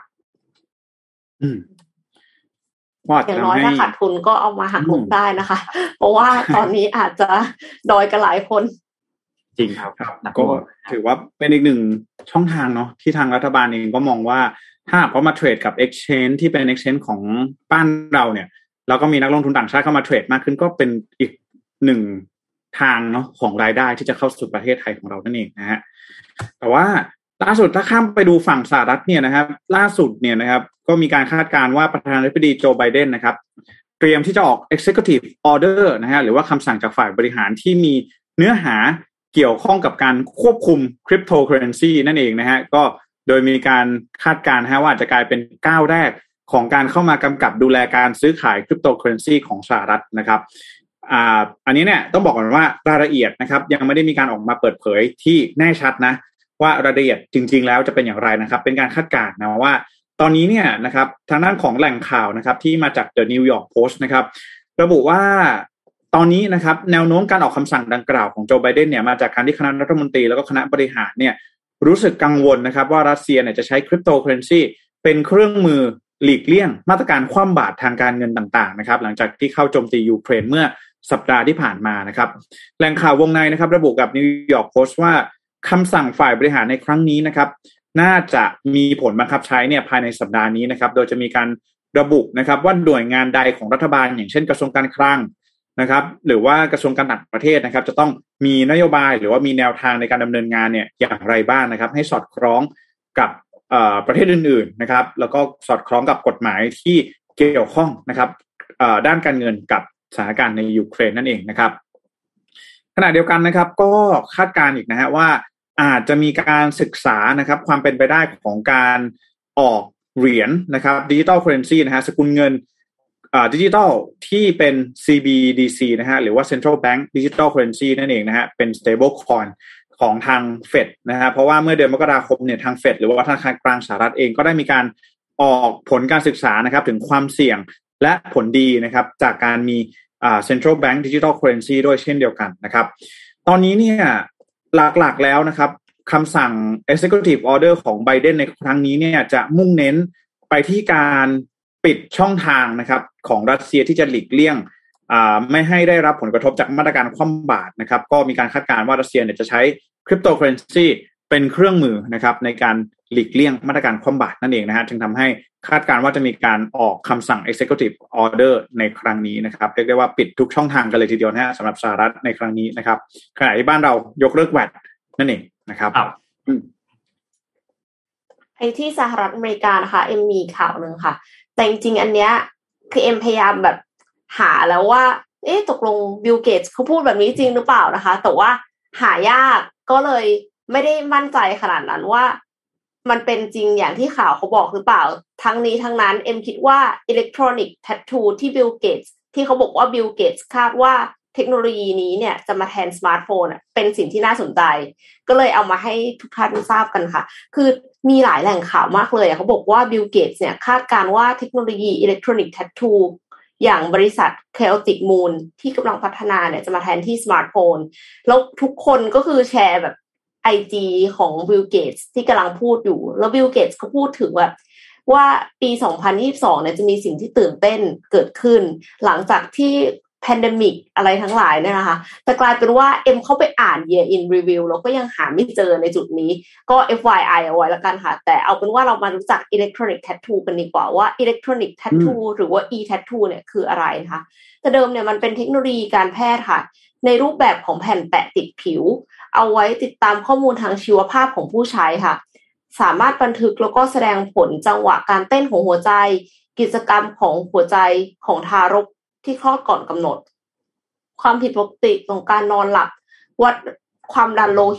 อย่างน้อยถ้าขาดทุนก็เอามาหักลบได้นะคะเพราะว่าตอนนี้อาจจะดอยกันหลายคนจริงครับก็ถือว่าเป็นอีกหนึ่งช่องทางเนาะที่ทางรัฐบาลเองก็มองว่าถ้าเขามาเทรดกับ exchange ที่เป็น exchange ของบ้านเราเนี่ยแล้วก็มีนักลงทุนต่างชาติเข้ามาเทรดมากขึ้นก็เป็นอีกหนึ่งทางเนาะของรายได้ที่จะเข้าสู่ประเทศไทยของเรานั่นเองนะฮะแต่ว่าล่าสุดถ้าข้ามไปดูฝั่งสหรัฐเนี่ยนะครับล่าสุดเนี่ยนะครับก็มีการคาดการณ์ว่าประธานาธิบดีโจไบเดนนะครับเตรียมที่จะออก executive order นะฮะหรือว่าคำสั่งจากฝ่ายบริหารที่มีเนื้อหาเกี่ยวข้องกับการควบคุมคริปโตเคอเรนซีนั่นเองนะฮะก็โดยมีการคาดการณ์นะฮะว่าจะกลายเป็นก้าวแรกของการเข้ามากำกับดูแลการซื้อขายคริปโตเคอเรนซีของสหรัฐนะครับอันนี้เนี่ยต้องบอกก่อนว่ารายละเอียดนะครับยังไม่ได้มีการออกมาเปิดเผยที่แน่ชัดนะว่ารายละเอียดจริงๆแล้วจะเป็นอย่างไรนะครับเป็นการคาดการณ์นะว่าตอนนี้เนี่ยนะครับทางด้านของแหล่งข่าวนะครับที่มาจาก The New York Post นะครับระบุว่าตอนนี้นะครับแนวโน้มการออกคำสั่งดังกล่าวของโจไบเดนเนี่ยมาจากการที่คณะรัฐมนตรีแล้วก็คณะบริหารเนี่ยรู้สึกกังวลนะครับว่ารัสเซียเนี่ยจะใช้คริปโตเคอเรนซีเป็นเครื่องมือหลีกเลี่ยงมาตรการคว่ำบาตรทางการเงินต่างๆนะครับหลังจากที่เข้าโจมตียูเครนเมื่อสัปดาห์ที่ผ่านมานะครับแหล่งข่าววงในนะครับระบุกับ New York Post ว่าคำสั่งฝ่ายบริหารในครั้งนี้นะครับน่าจะมีผลบังคับใช้เนี่ยภายในสัปดาห์นี้นะครับโดยจะมีการระบุนะครับว่าหน่วยงานใดของรัฐบาลอย่างเช่นกระทรวงการคลังนะครับหรือว่ากระทรวงการต่างประเทศนะครับจะต้องมีนโยบายหรือว่ามีแนวทางในการดำเนินงานเนี่ยอย่างไรบ้างนะครับให้สอดคล้องกับประเทศอื่นๆนะครับแล้วก็สอดคล้องกับกฎหมายที่เกี่ยวข้องนะครับด้านการเงินกับสถานการณ์ในยูเครนนั่นเองนะครับขณะเดียวกันนะครับก็คาดการณ์อีกนะฮะว่าอาจจะมีการศึกษานะครับความเป็นไปได้ของการออกเหรียญนะครับดิจิทัลเคอเรนซีนะฮะสกุลเงินดิจิทัลที่เป็น CBDC นะฮะหรือว่า Central Bank Digital Currency นั่นเองนะฮะเป็น stable coin ของทางเฟดนะฮะเพราะว่าเมื่อเดือนมกราคมเนี่ยทางเฟดหรือว่าธนาคารกลางสหรัฐเองก็ได้มีการออกผลการศึกษานะครับถึงความเสี่ยงและผลดีนะครับจากการมีCentral Bank Digital Currency ด้วยเช่นเดียวกันนะครับตอนนี้เนี่ยหลักๆแล้วนะครับคำสั่ง Executive Order ของไบเดนในครั้งนี้เนี่ยจะมุ่งเน้นไปที่การปิดช่องทางนะครับของรัสเซียที่จะหลีกเลี่ยงไม่ให้ได้รับผลกระทบจากมาตรการคว่ำบาตรนะครับก็มีการคาดการณ์ว่ารัสเซียเนี่ยจะใช้คริปโตเคอเรนซีเป็นเครื่องมือนะครับในการหลีกเลี่ยงมาตรการคว่ำบาตรนั่นเองนะฮะจึงทำให้คาดการณ์ว่าจะมีการออกคำสั่ง Executive Order ในครั้งนี้นะครับเรียกได้ว่าปิดทุกช่องทางกันเลยทีเดียวนะฮะสำหรับสหรัฐในครั้งนี้นะครับขณะที่บ้านเรายกเลิกแวตนั่นเองนะครับไอ้ที่สหรัฐอเมริกานะคะเอ็มมีข่าวนึงค่ะแต่จริงๆอันเนี้ยคือเอ็มพยายามแบบหาแล้วว่าตกลงบิลเกตส์เขาพูดแบบนี้จริงหรือเปล่านะคะแต่ว่าหายากก็เลยไม่ได้มั่นใจขนาดนั้นว่ามันเป็นจริงอย่างที่ข่าวเขาบอกหรือเปล่าทั้งนี้ทั้งนั้นเอ็มคิดว่าอิเล็กทรอนิกส์แทททูที่บิลเกตส์ที่เขาบอกว่าบิลเกตส์คาดว่าเทคโนโลยีนี้เนี่ยจะมาแทนสมาร์ทโฟนเป็นสิ่งที่น่าสนใจก็เลยเอามาให้ทุกท่านทราบกันค่ะคือมีหลายแหล่งข่าวมากเลยเขาบอกว่าบิลเกตส์เนี่ยคาดการณ์ว่าเทคโนโลยีอิเล็กทรอนิกส์แทททูอย่างบริษัท Chaotic Moon ที่กำลังพัฒนาเนี่ยจะมาแทนที่สมาร์ทโฟนแล้วทุกคนก็คือแชร์แบบ IG ของ Bill Gates ที่กำลังพูดอยู่แล้ว Bill Gates ก็พูดถึงแบบว่าปี 2022 เนี่ยจะมีสิ่งที่ตื่นเต้นเกิดขึ้นหลังจากที่pandemic อะไรทั้งหลายเนี่ยนะคะแต่กลายเป็นว่าเอ็มเข้าไปอ่าน year in review แล้วก็ยังหาไม่เจอในจุดนี้ก็ FYI เอาไว้แล้วกันค่ะแต่เอาเป็นว่าเรามารู้จัก electronic tattoo กันดีกว่าว่า electronic tattoo หรือว่า e-tattoo เนี่ยคืออะไรนะคะแต่เดิมเนี่ยมันเป็นเทคโนโลยีการแพทย์ค่ะในรูปแบบของแผ่นแปะติดผิวเอาไว้ติดตามข้อมูลทางชีวภาพของผู้ใช้ค่ะสามารถบันทึกแล้วก็แสดงผลจังหวะการเต้นของหัวใจกิจกรรมของหัวใจของทารกที่คลอดก่อนกำหนดความผิดปกติของการนอนหลับวัดความดันโลหิต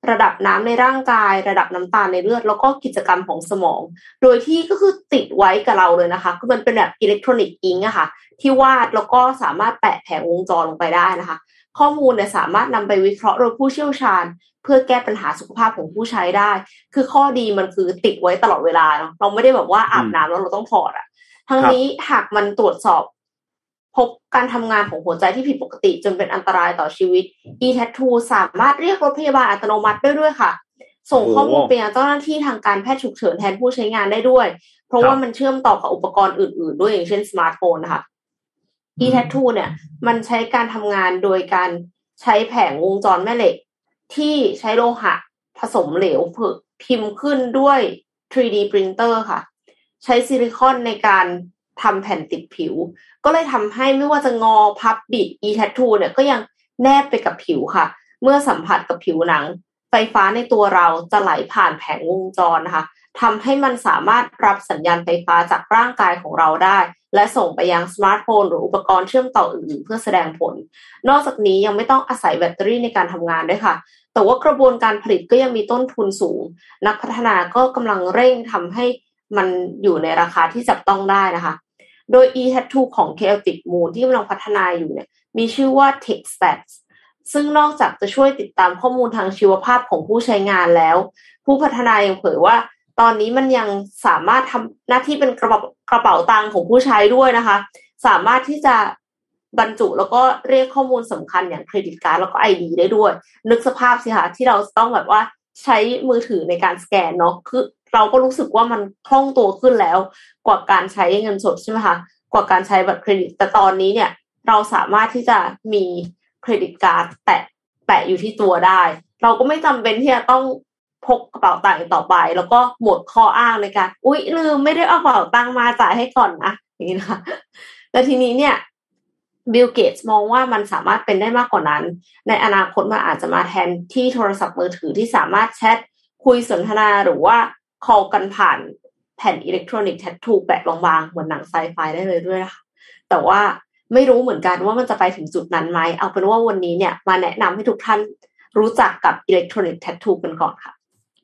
ระดับน้ำในร่างกายระดับน้ำตาลในเลือดแล้วก็กิจกรรมของสมองโดยที่ก็คือติดไว้กับเราเลยนะคะคือมันเป็นแบบอิเล็กทรอนิกส์อิงค์อะค่ะที่วาดแล้วก็สามารถแปะแผงวงจรลงไปได้นะคะข้อมูลเนี่ยสามารถนำไปวิเคราะห์โดยผู้เชี่ยวชาญเพื่อแก้ปัญหาสุขภาพของผู้ใช้ได้คือข้อดีมันคือติดไว้ตลอดเวลาเนาะเราไม่ได้แบบว่าอาบน้ำแล้วเราต้องถอดอะทั้งนี้หากมันตรวจสอบพบการทำงานของหัวใจที่ผิดปกติจนเป็นอันตรายต่อชีวิต e-tattoo สามารถเรียกรถพยาบาลอัตโนมัติได้ด้วยค่ะส่งข้อมูลไปยังเจ้าหน้าที่ทางการแพทย์ฉุกเฉินแทนผู้ใช้งานได้ด้วยเพราะว่ามันเชื่อมต่อกับอุปกรณ์อื่นๆด้วยอย่างเช่นสมาร์ทโฟนนะคะ e-tattoo เนี่ยมันใช้การทำงานโดยการใช้แผงวงจรแม่เหล็กที่ใช้โลหะผสมเหลวฝึกพิมพ์ขึ้นด้วย 3D printer ค่ะใช้ซิลิคอนในการทำแผ่นติดผิวก็เลยทำให้ไม่ว่าจะงอพับบิด e-tattoo เนี่ยก็ยังแนบไปกับผิวค่ะเมื่อสัมผัสกับผิวหนังไฟฟ้าในตัวเราจะไหลผ่านแผงวงจรนะคะทำให้มันสามารถรับสัญญาณไฟฟ้าจากร่างกายของเราได้และส่งไปยังสมาร์ทโฟนหรืออุปกรณ์เชื่อมต่ออื่นๆเพื่อแสดงผลนอกจากนี้ยังไม่ต้องอาศัยแบตเตอรี่ในการทำงานด้วยค่ะแต่ว่ากระบวนการผลิตก็ยังมีต้นทุนสูงนักพัฒนาก็กำลังเร่งทำให้มันอยู่ในราคาที่จับต้องได้นะคะโดย e-tattoo ของ Celtic Moon ที่กำลังพัฒนาอยู่เนี่ยมีชื่อว่า TechStats ซึ่งนอกจากจะช่วยติดตามข้อมูลทางชีวภาพของผู้ใช้งานแล้วผู้พัฒนายังเผยว่าตอนนี้มันยังสามารถทำหน้าที่เป็นกระเป๋าตังค์ของผู้ใช้ด้วยนะคะสามารถที่จะบรรจุแล้วก็เรียกข้อมูลสำคัญอย่างเครดิตการ์ดแล้วก็ ID ได้ด้วยนึกสภาพสิคะที่เราต้องแบบว่าใช้มือถือในการสแกนเนาะคือเราก็รู้สึกว่ามันคล่องตัวขึ้นแล้วกว่าการใช้เงินสดใช่ไหมคะกว่าการใช้บัตรเครดิตแต่ตอนนี้เนี่ยเราสามารถที่จะมีเครดิตการ์ดแปะอยู่ที่ตัวได้เราก็ไม่จำเป็นที่จะต้องพกกระเป๋าตังค์ต่อไปแล้วก็หมดข้ออ้างในการอุ๊ยลืมไม่ได้เอากระเป๋าตังค์มาจ่ายให้ก่อนนะอย่างนี้นะคะแต่ทีนี้เนี่ยบิล เกตส์มองว่ามันสามารถเป็นได้มากกว่านั้นในอนาคตมันอาจจะมาแทนที่โทรศัพท์มือถือที่สามารถแชทคุยสนทนาหรือว่าคอลกันผ่านแผ่นอิเล็กทรอนิกส์แทททูแปะบางๆเหมือนหนังไซไฟได้เลยด้วยนะคะแต่ว่าไม่รู้เหมือนกันว่ามันจะไปถึงจุดนั้นไหมเอาเป็นว่าวันนี้เนี่ยมาแนะนำให้ทุกท่านรู้จักกับอิเล็กทรอนิกส์แทททูกันก่อนค่ะ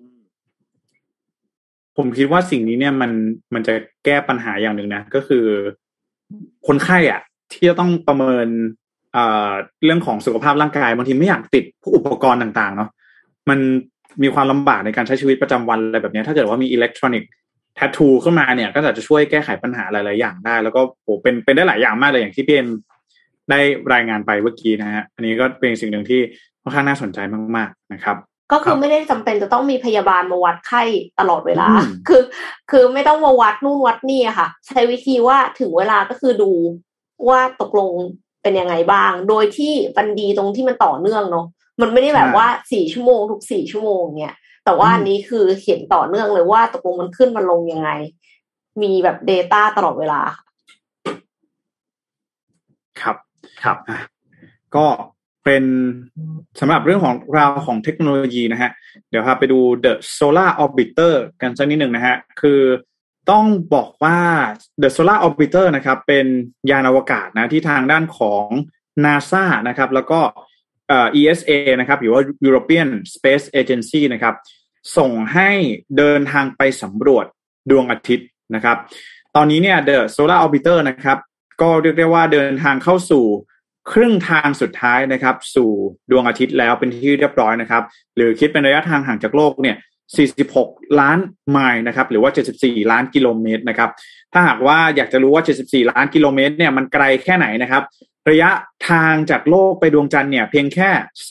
ผมคิดว่าสิ่งนี้เนี่ยมันจะแก้ปัญหาอย่างหนึ่งนะก็คือคนไข้อ่ะที่จะต้องประเมินเรื่องของสุขภาพร่างกายบางทีไม่อยากติดพวกอุปกรณ์ต่างๆเนาะมันมีความลำบากในการใช้ชีวิตประจำวันอะไรแบบนี้ถ้าเกิดว่ามีอิเล็กทรอนิกส์แทททูขึ้นมาเนี่ยก็จะช่วยแก้ไขปัญหาหลายๆอย่างได้แล้วก็เป็นได้หลายอย่างมากเลยอย่างที่พี่เอ็นได้รายงานไปเมื่อกี้นะฮะอันนี้ก็เป็นสิ่งหนึ่งที่ค่อนข้างน่าสนใจมากๆนะครับก็คือไม่ได้จำเป็นจะต้องมีพยาบาลมาวัดไข้ตลอดเวลาคือไม่ต้องมาวัดนู่นวัดนี่ค่ะใช้วิธีว่าถึงเวลาก็คือดูว่าตกลงเป็นยังไงบ้างโดยที่มันดีตรงที่มันต่อเนื่องเนาะมันไม่ได้แบบว่า4ชั่วโมงทุก4ชั่วโมงเนี่ยแต่ว่าอันนี้คือเห็นต่อเนื่องเลยว่าตกลงมันขึ้นมันลงยังไงมีแบบ data ตลอดเวลาครับก็เป็นสำหรับเรื่องของราวของเทคโนโลยีนะฮะเดี๋ยวพาไปดู The Solar Orbiter กันสักนิดหนึ่งนะฮะคือต้องบอกว่า The Solar Orbiter นะครับเป็นยานอวกาศนะที่ทางด้านของ NASA นะครับแล้วก็ESA นะครับหรือว่า European Space Agency นะครับส่งให้เดินทางไปสำรวจดวงอาทิตย์นะครับตอนนี้เนี่ย The Solar Orbiter นะครับก็เรียกได้ว่าเดินทางเข้าสู่ครึ่งทางสุดท้ายนะครับสู่ดวงอาทิตย์แล้วเป็นที่เรียบร้อยนะครับหรือคิดเป็นระยะทางห่างจากโลกเนี่ย46ล้านไมล์นะครับหรือว่า74ล้านกิโลเมตรนะครับถ้าหากว่าอยากจะรู้ว่า74ล้านกิโลเมตรเนี่ยมันไกลแค่ไหนนะครับระยะทางจากโลกไปดวงจันทร์เนี่ยเพียงแค่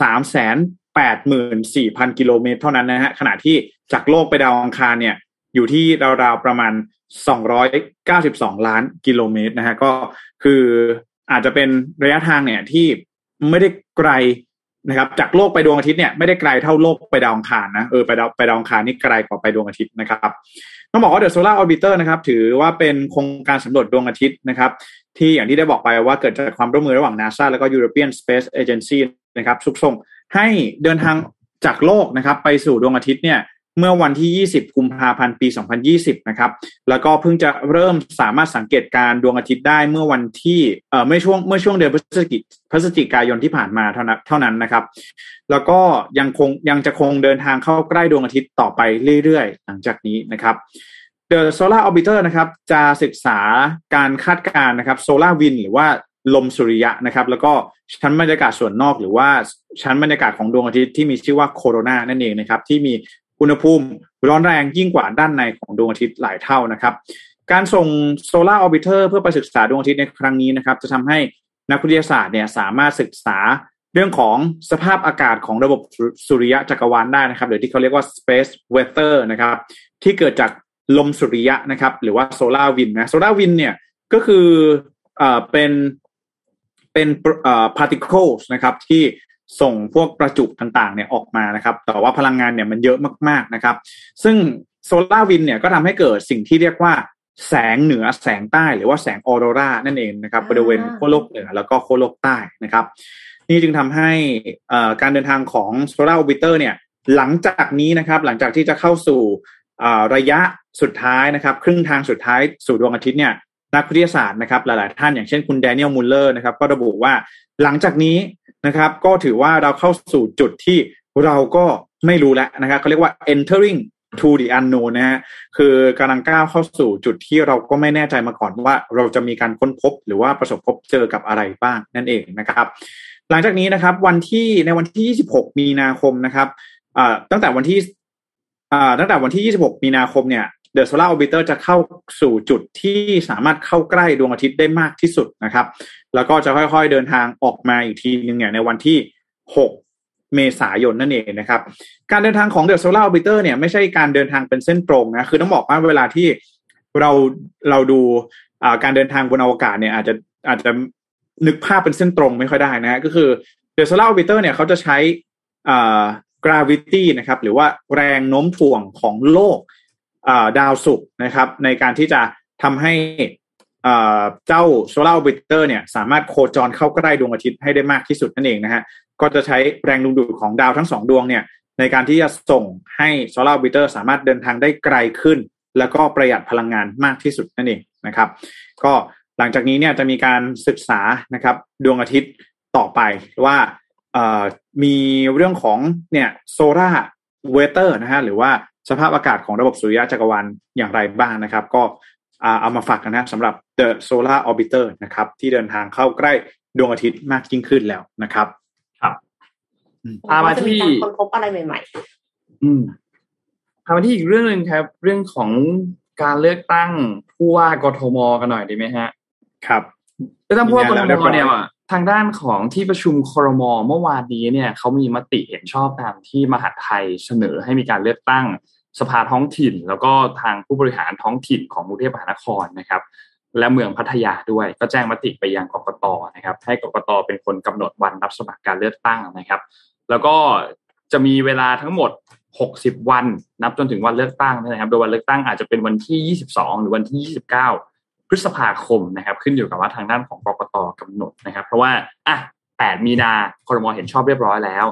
384,000 กิโลเมตรเท่านั้นนะฮะขณะที่จากโลกไปดาวอังคารเนี่ยอยู่ที่ราวๆประมาณ292ล้านกิโลเมตรนะฮะก็คืออาจจะเป็นระยะทางเนี่ยที่ไม่ได้ไกลนะครับจากโลกไปดวงอาทิตย์เนี่ยไม่ได้ไกลเท่าโลกไปดาวอังคารนะไปดาวอังคารนี่ไกลกว่าไปดวงอาทิตย์นะครับต้องบอกว่า The Solar Orbiter นะครับถือว่าเป็นโครงการสำรวจดวงอาทิตย์นะครับที่อย่างที่ได้บอกไปว่าเกิดจากความร่วมมือระหว่าง NASA แล้วก็ European Space Agency นะครับส่งให้เดินทางจากโลกนะครับไปสู่ดวงอาทิตย์เนี่ยเมื่อวันที่20กุมภาพันธ์ปี2020นะครับแล้วก็เพิ่งจะเริ่มสามารถสังเกตการดวงอาทิตย์ได้เมื่อวันที่เมื่อช่วงเดือนพฤศจิกายนที่ผ่านมาเท่านั้นนะครับแล้วก็ยังจะคงเดินทางเข้าใกล้ดวงอาทิตย์ต่อไปเรื่อยๆหลังจากนี้นะครับ The Solar Orbiter นะครับจะศึกษาการคาดการณ์นะครับ Solar Wind หรือว่าลมสุริยะนะครับแล้วก็ชั้นบรรยากาศส่วนนอกหรือว่าชั้นบรรยากาศของดวงอาทิตย์ที่มีชื่อว่าโคโรนานั่นเองนะครับที่มีอุณหภูมิร้อนแรงยิ่งกว่าด้านในของดวงอาทิตย์หลายเท่านะครับการส่ง Solar Orbiter เพื่อไปศึกษาดวงอาทิตย์ในครั้งนี้นะครับจะทำให้นักวิทยาศาสตร์เนี่ยสามารถศึกษาเรื่องของสภาพอากาศของระบบสุริยะจักรวาลได้นะครับหรือที่เขาเรียกว่า Space Weather นะครับที่เกิดจากลมสุริยะนะครับหรือว่า Solar Wind นะ Solar Wind เนี่ยก็คือเป็นparticles นะครับที่ส่งพวกประจุต่างๆเนี่ยออกมานะครับแต่ว่าพลังงานเนี่ยมันเยอะมากๆนะครับซึ่ง Solar Wind เนี่ยก็ทำให้เกิดสิ่งที่เรียกว่าแสงเหนือแสงใต้หรือว่าแสงออโรรานั่นเองนะครับบริเวณขั้วโลกเหนือแล้วก็ขั้วโลกใต้นะครับนี่จึงทำให้การเดินทางของ Solar Orbiter เนี่ยหลังจากนี้นะครับหลังจากที่จะเข้าสู่ระยะสุดท้ายนะครับครึ่งทางสุดท้ายสู่ดวงอาทิตย์เนี่ยนักวิทยาศาสตร์นะครับหลายๆท่านอย่างเช่นคุณแดเนียลมูลเลอร์นะครับก็ระบุว่าหลังจากนี้นะครับก็ถือว่าเราเข้าสู่จุดที่เราก็ไม่รู้แล้วนะครับเขาเรียกว่า entering to the unknown นะฮะคือกำลังก้าวเข้าสู่จุดที่เราก็ไม่แน่ใจมาก่อนว่าเราจะมีการค้นพบหรือว่าประสบพบเจอกับอะไรบ้างนั่นเองนะครับหลังจากนี้นะครับในวันที่26มีนาคมนะครับตั้งแต่วันที่26มีนาคมเนี่ยThe Solar Orbiter จะเข้าสู่จุดที่สามารถเข้าใกล้ดวงอาทิตย์ได้มากที่สุดนะครับแล้วก็จะค่อยๆเดินทางออกมาอีกทีนึงเนี่ยในวันที่6เมษายนนั่นเองนะครับการเดินทางของ The Solar Orbiter เนี่ยไม่ใช่การเดินทางเป็นเส้นตรงนะคือต้องบอกว่าเวลาที่เราดูการเดินทางบนอวกาศเนี่ยอาจจะนึกภาพเป็นเส้นตรงไม่ค่อยได้นะก็คือ The Solar Orbiter เนี่ยเขาจะใช้gravity นะครับหรือว่าแรงโน้มถ่วงของโลกดาวศุกร์นะครับในการที่จะทำให้เจ้า Solar Orbiter เนี่ยสามารถโคจรเข้าใกล้ดวงอาทิตย์ให้ได้มากที่สุดนั่นเองนะฮะก็จะใช้แรงดึงดูดของดาวทั้งสองดวงเนี่ยในการที่จะส่งให้ Solar Orbiter สามารถเดินทางได้ไกลขึ้นแล้วก็ประหยัดพลังงานมากที่สุดนั่นเองนะครับก็หลังจากนี้เนี่ยจะมีการศึกษานะครับดวงอาทิตย์ต่อไปว่ามีเรื่องของเนี่ย Solar Weather นะฮะหรือว่าสภาพอากาศของระบบสุริยะจักรวาลอย่างไรบ้างนะครับก็เอามาฝากกันนะสำหรับ The Solar Orbiter นะครับที่เดินทางเข้าใกล้ดวงอาทิตย์มากยิ่งขึ้นแล้วนะครับครับพามาที่ค้นพบอะไรใหม่ๆพามาที่อีกเรื่องนึงครับเรื่องของการเลือกตั้งผู้ว่ากทมกันหน่อยดีไหมฮะครับเลือกตั้งผู้ว่ากทมเนี่ยทางด้านของที่ประชุมครม.เมื่อวานนี้เนี่ยเขามีมติเห็นชอบตามที่มหาดไทยเสนอให้มีการเลือกตั้งสภาท้องถิ่นแล้วก็ทางผู้บริหารท้องถิ่นของกรุงเทพมหานครนะครับและเมืองพัทยาด้วยก็แจ้งมติไปยังกกต.นะครับให้กกต.เป็นคนกำหนดวันรับสมัครการเลือกตั้งนะครับแล้วก็จะมีเวลาทั้งหมด60วันนับจนถึงวันเลือกตั้งนะครับโดยวันเลือกตั้งอาจจะเป็นวันที่22หรือวันที่29พฤษภาคมนะครับขึ้นอยู่กับว่าทางด้านของกกต.กำหนดนะครับเพราะว่า8มีนาครม.เห็นชอบเรียบร้อยแล้ว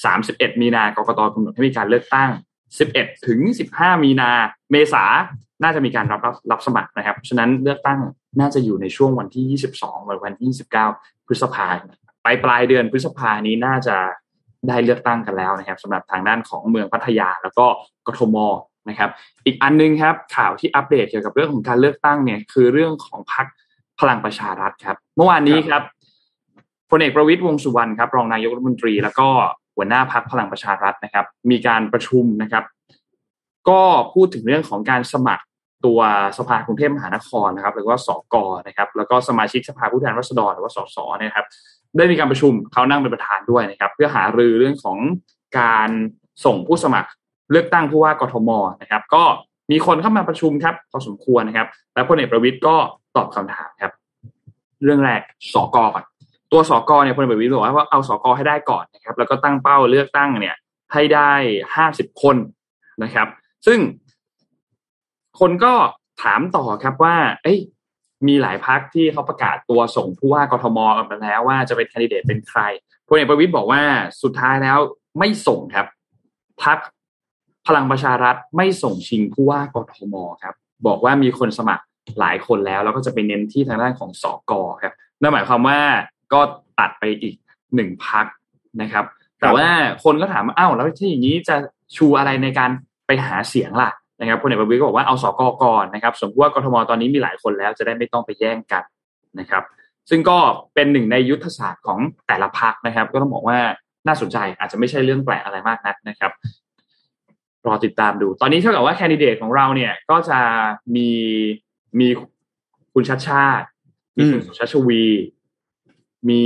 31มีนากกต.กำหนดให้มีการเลือกตั้ง11ถึง15มีนาเมษาน่าจะมีการรับสมัครนะครับฉะนั้นเลือกตั้งน่าจะอยู่ในช่วงวันที่22วันที่29พฤษภาคมปลายเดือนพฤษภานี้น่าจะได้เลือกตั้งกันแล้วนะครับสำหรับทางด้านของเมืองพัทยาแล้วก็กทม.นะครับอีกอันนึงครับข่าวที่อัปเดตเกี่ยวกับเรื่องของการเลือกตั้งเนี่ยคือเรื่องของพรรคพลังประชารัฐครับเมื่อวานนี้ครับพลเอกประวิตรวงษ์สุวรรณครับรองนายกรัฐมนตรีแล้วก็หัวหน้าพรรคพลังประชารัฐนะครับมีการประชุมนะครับก็พูดถึงเรื่องของการสมัครตัวสภากรุงเทพมหานครนะครับหรือว่าสก.นะครับแล้วก็สมาชิกสภาผู้แทนราษฎรหรือว่าสสนะครับได้มีการประชุมเขานั่งเป็นประธานด้วยนะครับเพื่อหารือเรื่องของการส่งผู้สมัครเลือกตั้งผู้ว่ากทม.นะครับก็มีคนเข้ามาประชุมครับพอสมควรนะครับและพลเอกประวิตรก็ตอบคำถามครับเรื่องแรกสก.ก่อนตัวสก.เนี่ยพลเอกประวิตรบอกว่าเอาสก.ให้ได้ก่อนนะครับแล้วก็ตั้งเป้าเลือกตั้งเนี่ยให้ได้50คนนะครับซึ่งคนก็ถามต่อครับว่ามีหลายพรรคที่เขาประกาศตัวส่งผู้ว่ากทม.กันไปแล้วว่าจะเป็นแคนดิเดตเป็นใครพลเอกประวิตรบอกว่าสุดท้ายแล้วไม่ส่งครับพรรคพลังประชารัฐไม่ส่งชิงผู้ว่ากทมครับบอกว่ามีคนสมัครหลายคนแล้วก็จะไปเน้นที่ทางด้านของสก.ครับนั่นหมายความว่าก็ตัดไปอีก1พรรคนะครับแต่ว่าคนก็ถามว่าอ้าวแล้วที่อย่างนี้จะชูอะไรในการไปหาเสียงล่ะนะครับพลเอกประวิตรก็บอกว่าเอาสก.ก่อนนะครับสมมติว่ากทมตอนนี้มีหลายคนแล้วจะได้ไม่ต้องไปแย่งกันนะครับซึ่งก็เป็นหนึ่งในยุทธศาสตร์ของแต่ละพรรคนะครับก็ต้องบอกว่าน่าสนใจอาจจะไม่ใช่เรื่องแปลกอะไรมากนักนะครับรอติดตามดูตอนนี้เท่ากับว่าแคนดิเดตของเราเนี่ยก็จะมีคุณชัชชาติมีคุณสุชาติชวีมี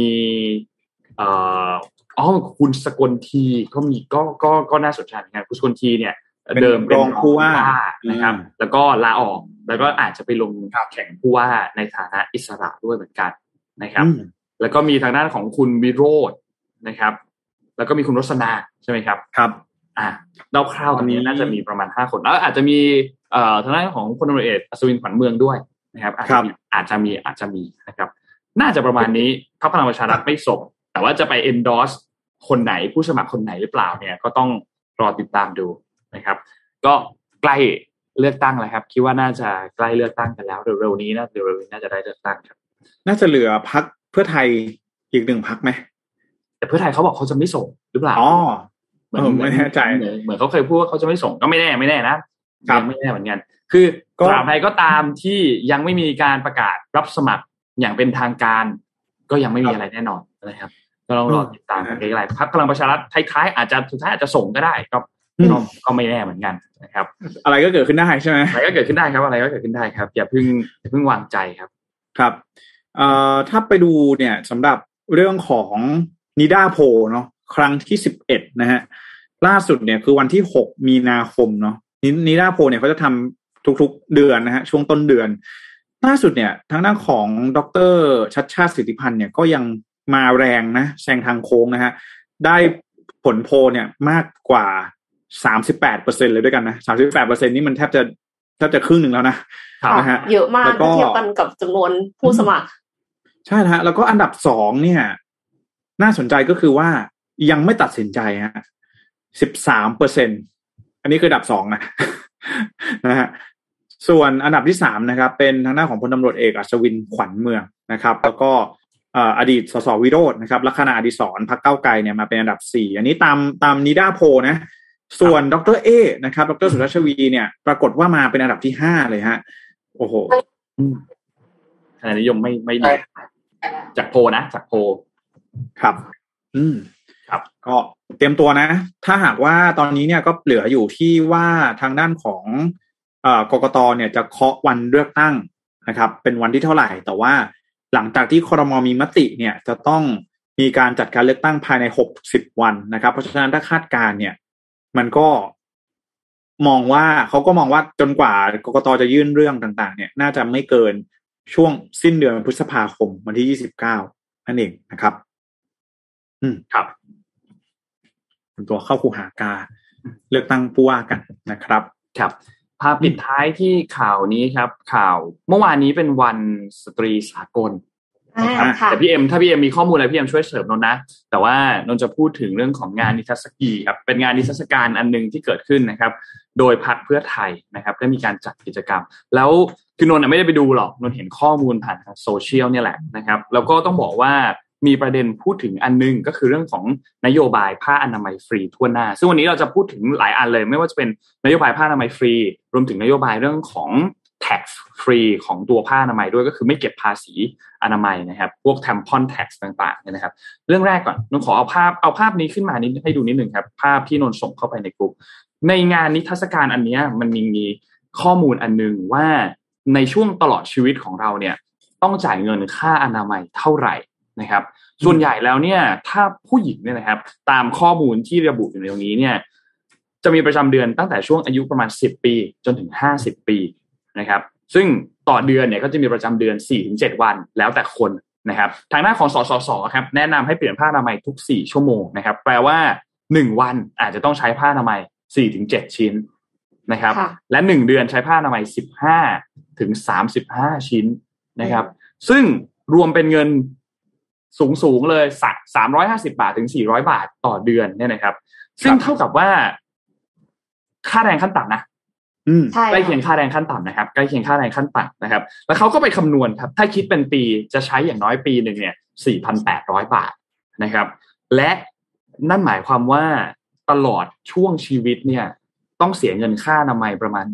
คุณสกลทีก็มีก็น่าสนใจเหมือนกันคุณสกลทีเนี่ยเดิมเป็นรองผู้ว่านะครับแล้วก็ลาออกแล้วก็อาจจะไปลงแข่งผู้ว่าในฐานะอิสระด้วยเหมือนกันนะครับแล้วก็มีทางด้านของคุณวิโรจน์นะครับแล้วก็มีคุณรสนาใช่ไหมครับครับเราคร่าวๆตอนนี้น่าจะมีประมาณ5คนแล้วอาจจะมีทางด้านของพลตำรวจเอกอัศวินขวัญเมืองด้วยนะครับอาจจะมีนะครับน่าจะประมาณนี้พรรคพลังประชารัฐไม่ส่งแต่ว่าจะไป endorse คนไหนผู้สมัครคนไหนหรือเปล่าเนี่ยก็ต้องรอติดตามดูนะครับก็ใกล้เลือกตั้งแล้วครับคิดว่าน่าจะใกล้เลือกตั้งกันแล้วเร็วๆนี้น่าจะได้เลือกตั้งครับน่าจะเหลือพรรคเพื่อไทยอีก1พรรคไหมแต่เพื่อไทยเขาบอกเขาจะไม่ส่งหรือเปล่าไม่แน่ใจเหมือนเขาเคยพูดว่าเขาจะไม่ส่งก็ไม่แน่นะไม่แน่เหมือนกันคือตราบใดก็ตามที่ยังไม่มีการประกาศรับสมัครอย่างเป็นทางการก็ยังไม่มีอะไรแน่นอนนะครับก็ต้องรอติดตามกันไกลๆพรรคพลังประชารัฐท้ายๆอาจจะสุดท้ายอาจจะส่งก็ได้ก็ไม่แน่เหมือนกันนะครับอะไรก็เกิดขึ้นได้ใช่ไหมอะไรก็เกิดขึ้นได้ครับอะไรก็เกิดขึ้นได้ครับอย่าเพิ่งวางใจครับครับถ้าไปดูเนี่ยสำหรับเรื่องของนิด้าโพลเนาะครั้งที่11นะฮะล่าสุดเนี่ยคือวันที่6มีนาคมเนาะนิด้าโพลเนี่ยเขาจะทำทุกๆเดือนนะฮะช่วงต้นเดือนล่าสุดเนี่ยทางด้านของดร.ชัชชาติสิทธิพันธ์เนี่ยก็ยังมาแรงนะแซงทางโค้งนะฮะได้ผลโพลเนี่ยมากกว่า 38% เลยด้วยกันนะ 38% นี่มันแทบจะครึ่งนึงแล้วนะฮะเยอะมากเทียบกันกับจำนวนผู้สมัครใช่ฮะแล้วก็อันดับ2เนี่ยน่าสนใจก็คือว่ายังไม่ตัดสินใจฮะ 13% อันนี้คืออันดับ2นะฮะส่วนอันดับที่3นะครับเป็นทางด้านของพลตำรวจเอกอัศวินขวัญเมืองนะครับแล้วก็อดีตสสวิโรจน์นะครับลัคนาอดิศรพรรคก้าวไกลเนี่ยมาเป็นอันดับ4อันนี้ตามนิด้าโพลนะส่วนดร.เอนะครับดร.สุชาติชวีเนี่ยปรากฏว่ามาเป็นอันดับที่5เลยฮะโอ้โหคะแนนนิยมไม่ดีจากโพลนะจากโพลครับครับก็เตรียมตัวนะถ้าหากว่าตอนนี้เนี่ยก็เหลืออยู่ที่ว่าทางด้านของกกต.เนี่ยจะเคาะวันเลือกตั้งนะครับเป็นวันที่เท่าไหร่แต่ว่าหลังจากที่ครม.มีมติเนี่ยจะต้องมีการจัดการเลือกตั้งภายใน60วันนะครับเพราะฉะนั้นถ้าคาดการเนี่ยมันก็เขาก็มองว่าจนกว่ากกต.จะยื่นเรื่องต่างๆเนี่ยน่าจะไม่เกินช่วงสิ้นเดือนพฤษภาคมวันที่29นั่นเองนะครับครับตัวเข้าคูหากาเลือกตั้งผู้ว่ากันนะครับครับพาปิดท้ายที่ข่าวนี้ครับข่าวเมื่อวานนี้เป็นวันสตรีสากลนะครับแต่ถ้าพี่เอ็มมีข้อมูลอะไรพี่เอ็มช่วยเสริมนนนะแต่ว่านนจะพูดถึงเรื่องของงานนิทรรศกีครับเป็นงานนิทรรศการอันนึงที่เกิดขึ้นนะครับโดยพรรคเพื่อไทยนะครับได้มีการจัดกิจกรรมแล้วคือนนไม่ได้ไปดูหรอกนนเห็นข้อมูลผ่านทางโซเชียลเนี่ยแหละนะครับแล้วก็ต้องบอกว่ามีประเด็นพูดถึงอันนึงก็คือเรื่องของนโยบายผ้าอนามัยฟรีทั่วหน้าซึ่งวันนี้เราจะพูดถึงหลายอันเลยไม่ว่าจะเป็นนโยบายผ้าอนามัยฟรีรวมถึงนโยบายเรื่องของ tax free ของตัวผ้าอนามัยด้วยก็คือไม่เก็บภาษีอนามัยนะครับพวก tampon tax ต่างๆเนี่ยนะครับเรื่องแรกก่อนนนขอเอาภาพนี้ขึ้นมาให้ดูนิดนึงครับภาพที่นนส่งเข้าไปในกลุ่มในงานนิทรรศการอันนี้มันมีข้อมูลอันนึงว่าในช่วงตลอดชีวิตของเราเนี่ยต้องจ่ายเงินค่าอนามัยเท่าไหร่นะครับส่วนใหญ่แล้วเนี่ยถ้าผู้หญิงเนี่ยนะครับตามข้อมูลที่ระบุอยู่ในตรงนี้เนี่ยจะมีประจำเดือนตั้งแต่ช่วงอายุประมาณ10ปีจนถึง50ปีนะครับซึ่งต่อเดือนเนี่ยก็จะมีประจำเดือน 4-7 วันแล้วแต่คนนะครับทางหน้าของสสสครับแนะนำให้เปลี่ยนผ้าอนามัยทุก4ชั่วโมงนะครับแปลว่า1วันอาจจะต้องใช้ผ้าอนามัย 4-7 ชิ้นนะครับและ1เดือนใช้ผ้าอนามัย 15-35 ชิ้นนะครับซึ่งรวมเป็นเงินสูงเลย350 บาทถึง400 บาทต่อเดือนเนี่ยนะครับซึ่งเท่ากับว่าค่าแรงขั้นต่ำนะใกล้เคียงค่าแรงขั้นต่ำนะครับใกล้เคียงค่าแรงขั้นต่ำนะครับแล้วเขาก็ไปคำนวณครับถ้าคิดเป็นปีจะใช้อย่างน้อยปีนึงเนี่ย 4,800 บาทนะครับและนั่นหมายความว่าตลอดช่วงชีวิตเนี่ยต้องเสียเงินค่าอนามัยประมาณ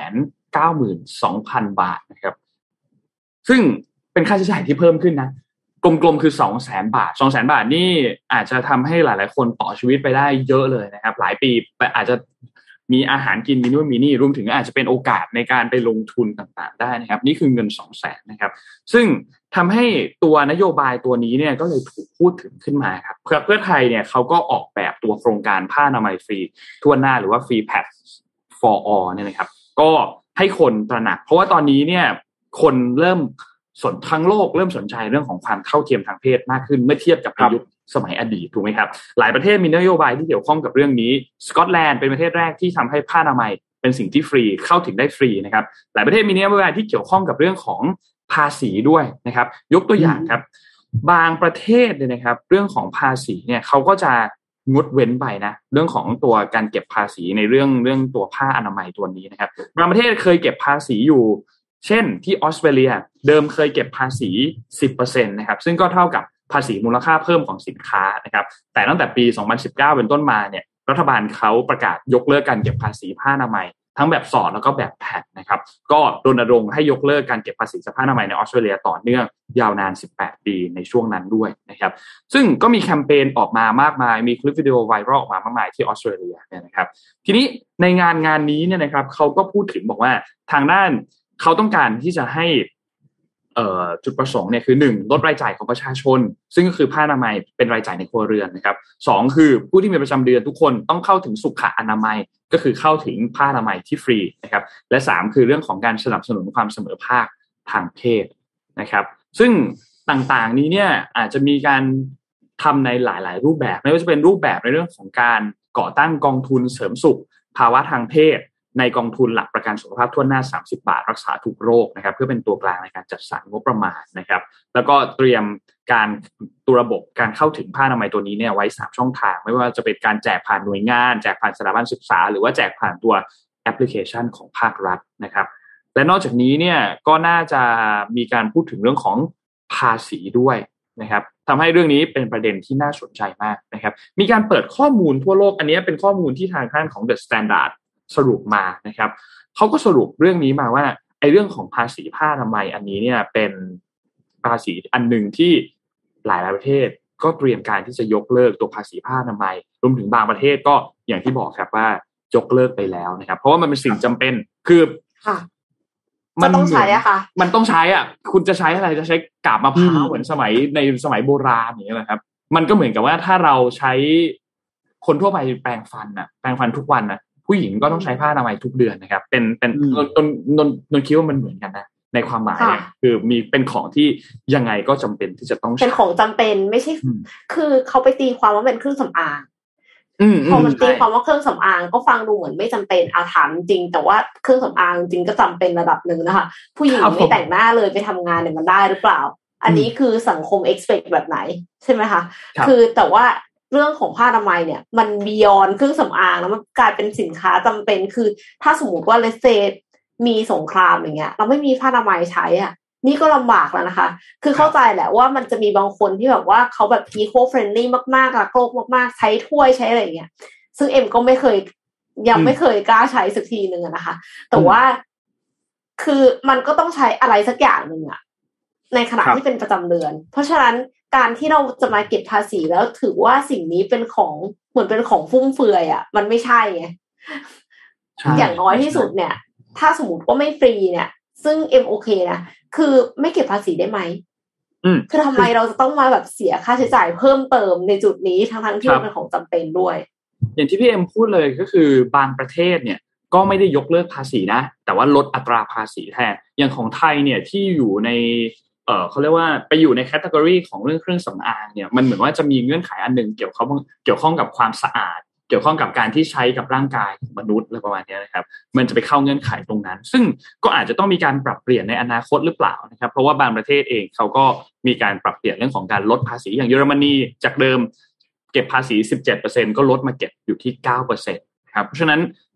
192,000 บาทนะครับซึ่งเป็นค่าใช้จ่ายที่เพิ่มขึ้นนะกลมๆคือ 200,000 บาท 200,000 บาทนี่อาจจะทำให้หลายๆคนต่อชีวิตไปได้เยอะเลยนะครับหลายปีอาจจะมีอาหารกินมีนู่นมีนี่รวมถึงอาจจะเป็นโอกาสในการไปลงทุนต่างๆได้นะครับนี่คือเงิน 200,000 นะครับซึ่งทำให้ตัวนโยบายตัวนี้เนี่ยก็เลยถูกพูดถึงขึ้นมาครับเพื่อไทยเนี่ยเขาก็ออกแบบตัวโครงการผ้าอนามัยฟรีทั่วหน้าหรือว่า Free Pads for All เนี่ยนะครับก็ให้คนตระหนักเพราะว่าตอนนี้เนี่ยคนเริ่มทั้งโลกเริ่มสนใจเรื่องของความเท่าเทียมทางเพศมากขึ้นเมื่อเทียบกับยุคสมัยอดีตถูกไหมครับหลายประเทศมีนโยบายที่เกี่ยวข้องกับเรื่องนี้สกอตแลนด์เป็นประเทศแรกที่ทำให้ผ้าอนามัยเป็นสิ่งที่ฟรีเข้าถึงได้ฟรีนะครับหลายประเทศมีนโยบายที่เกี่ยวข้องกับเรื่องของภาษีด้วยนะครับยกตัวอย่างครับบางประเทศเนี่ยนะครับเรื่องของภาษีเนี่ยเขาก็จะงดเว้นไปนะเรื่องของตัวการเก็บภาษีในเรื่องตัวผ้าอนามัยตัวนี้นะครับบางประเทศเคยเก็บภาษีอยู่เช่นที่ออสเตรเลียเดิมเคยเก็บภาษี 10% นะครับซึ่งก็เท่ากับภาษีมูลค่าเพิ่มของสินค้านะครับแต่ตั้งแต่ปี 2019 เป็นต้นมาเนี่ยรัฐบาลเขาประกาศยกเลิกการเก็บภาษีผ้าอนามัยทั้งแบบสอดแล้วก็แบบแผ่นนะครับก็รณรงค์ให้ยกเลิกการเก็บภาษีผ้าอนามัยในออสเตรเลียต่อเนื่องยาวนาน18 ปีในช่วงนั้นด้วยนะครับซึ่งก็มีแคมเปญออกมามากมายมีคลิปวิดีโอไวรัลออกมามากมายที่ออสเตรเลียเนี่ยนะครับทีนี้ในงานนี้เนี่ยนะครับเขาก็พูดถึงบอกว่าทางด้านเขาต้องการที่จะให้จุดประสงค์เนี่ยคือ1ลดรายจ่ายของประชาชนซึ่งก็คือผ้าอนามัยเป็นรายจ่ายในครัวเรือนนะครับ2คือผู้ที่มีประจำเดือนทุกคนต้องเข้าถึงสุขอนามัยก็คือเข้าถึงผ้าอนามัยที่ฟรีนะครับและ3คือเรื่องของการสนับสนุนความเสมอภาคทางเพศนะครับซึ่งต่างๆนี้เนี่ยอาจจะมีการทำในหลายๆรูปแบบไม่ว่าจะเป็นรูปแบบในเรื่องของการก่อตั้งกองทุนเสริมสุขภาวะทางเพศในกองทุนหลักประกันสุขภาพทั่วหน้า30 บาทรักษาทุกโรคนะครับเพื่อเป็นตัวกลางในการจัดสรรงบประมาณนะครับแล้วก็เตรียมการตัวระบบการเข้าถึงผ้าอนามัยตัวนี้เนี่ยไว้3ช่องทางไม่ว่าจะเป็นการแจกผ่านหน่วยงานแจกผ่านสถาบันศึกษาหรือว่าแจกผ่านตัวแอปพลิเคชันของภาครัฐนะครับและนอกจากนี้เนี่ยก็น่าจะมีการพูดถึงเรื่องของภาษีด้วยนะครับทำให้เรื่องนี้เป็นประเด็นที่น่าสนใจมากนะครับมีการเปิดข้อมูลทั่วโลกอันนี้เป็นข้อมูลที่ทางด้านของ The Standardสรุปมานะครับเขาก็สรุปเรื่องนี้มาว่าไอ้เรื่องของภาษีผ้าอนามัยอันนี้เนี่ยเป็นภาษีอันหนึ่งที่หลายประเทศก็เตรียมการที่จะยกเลิกตัวภาษีผ้าอนามัยรวมถึงบางประเทศก็อย่างที่บอกครับว่ายกเลิกไปแล้วนะครับเพราะว่ามันเป็นสิ่งจำเป็นคือมันต้องใช้อะค่ะมันต้องใช้อ่ะคุณจะใช้อะไรจะใช้กาบมะพร้าวเหมือนสมัยโบราณอย่างเงี้ยนะครับมันก็เหมือนกับว่าถ้าเราใช้คนทั่วไปแปรงฟันทุกวันนะผู้หญิงก็ต้องใช้ผ้าอนามัยทุกเดือนนะครับเป็นนนคิดว่ามันเหมือนกันนะในความหมายเนี่ยคือมีเป็นของที่ยังไงก็จำเป็นที่จะต้องเป็นของจำเป็นไม่ใช่คือเขาไปตีความว่าเป็นเครื่องสำอางพอมันตีความว่าเครื่องสำอางก็ฟังดูเหมือนไม่จำเป็นถามจริงแต่ว่าเครื่องสำอางจริงก็จำเป็นระดับหนึ่งนะคะผู้หญิงไม่แต่งหน้าเลยไปทำงานเนี่ยมันได้หรือเปล่าอันนี้คือสังคม expect แบบไหนใช่ไหมคะคือแต่ว่าเรื่องของผ้าอนามัยเนี่ยมันบียอนเครื่องสำอางแล้วมันกลายเป็นสินค้าจำเป็นคือถ้าสมมติว่าเลเซมีสงครามอย่างเงี้ยเราไม่มีผ้าอนามัยใช้อ่ะนี่ก็ลำบากแล้วนะคะคือเข้าใจแหละว่ามันจะมีบางคนที่แบบว่าเขาแบบ eco friendly มากๆรักโลกมากๆใช้ถ้วยใช้อะไรอย่างเงี้ยซึ่งเอ็มก็ไม่เคยยังไม่เคยกล้าใช้สักทีนึงนะคะแต่ว่าคือมันก็ต้องใช้อะไรสักอย่างนึงอ่ะในขณะที่เป็นประจำเดือนเพราะฉะนั้นการที่เราจะมาเก็บภาษีแล้วถือว่าสิ่งนี้เป็นของเหมือนเป็นของฟุ่มเฟือยอ่ะมันไม่ใช่ไงอย่างน้อยที่สุดเนี่ยถ้าสมมติว่าไม่ฟรีเนี่ยซึ่งเอ็มโอเคนะคือไม่เก็บภาษีได้ไหมคือทำไมเราจะต้องมาแบบเสียค่าใช้จ่ายเพิ่มเติมในจุดนี้ทั้งที่เป็นของจำเป็นด้วยอย่างที่พี่เอ็มพูดเลยก็คือบางประเทศเนี่ยก็ไม่ได้ยกเลิกภาษีนะแต่ว่าลดอัตราภาษีแทนอย่างของไทยเนี่ยที่อยู่ในเขาเรียกว่าไปอยู่ในแคตตากรีของเรื่องเครื่องสำอางเนี่ยมันเหมือนว่าจะมีเงื่อนไขอันหนึ่งเกี่ยวข้องกับความสะอาดเกี่ยวข้องกับการที่ใช้กับร่างกายของมนุษย์อะไรประมาณนี้นะครับมันจะไปเข้าเงื่อนไขตรงนั้นซึ่งก็อาจจะต้องมีการปรับเปลี่ยนในอนาคตหรือเปล่านะครับเพราะว่าบางประเทศเองเขาก็มีการปรับเปลี่ยนเรื่องของการลดภาษีอย่างเยอรมนีจากเดิมเก็บภาษี 17% ก็ลดมาเก็บอยู่ที่ 9% ครับเพราะฉะนั้น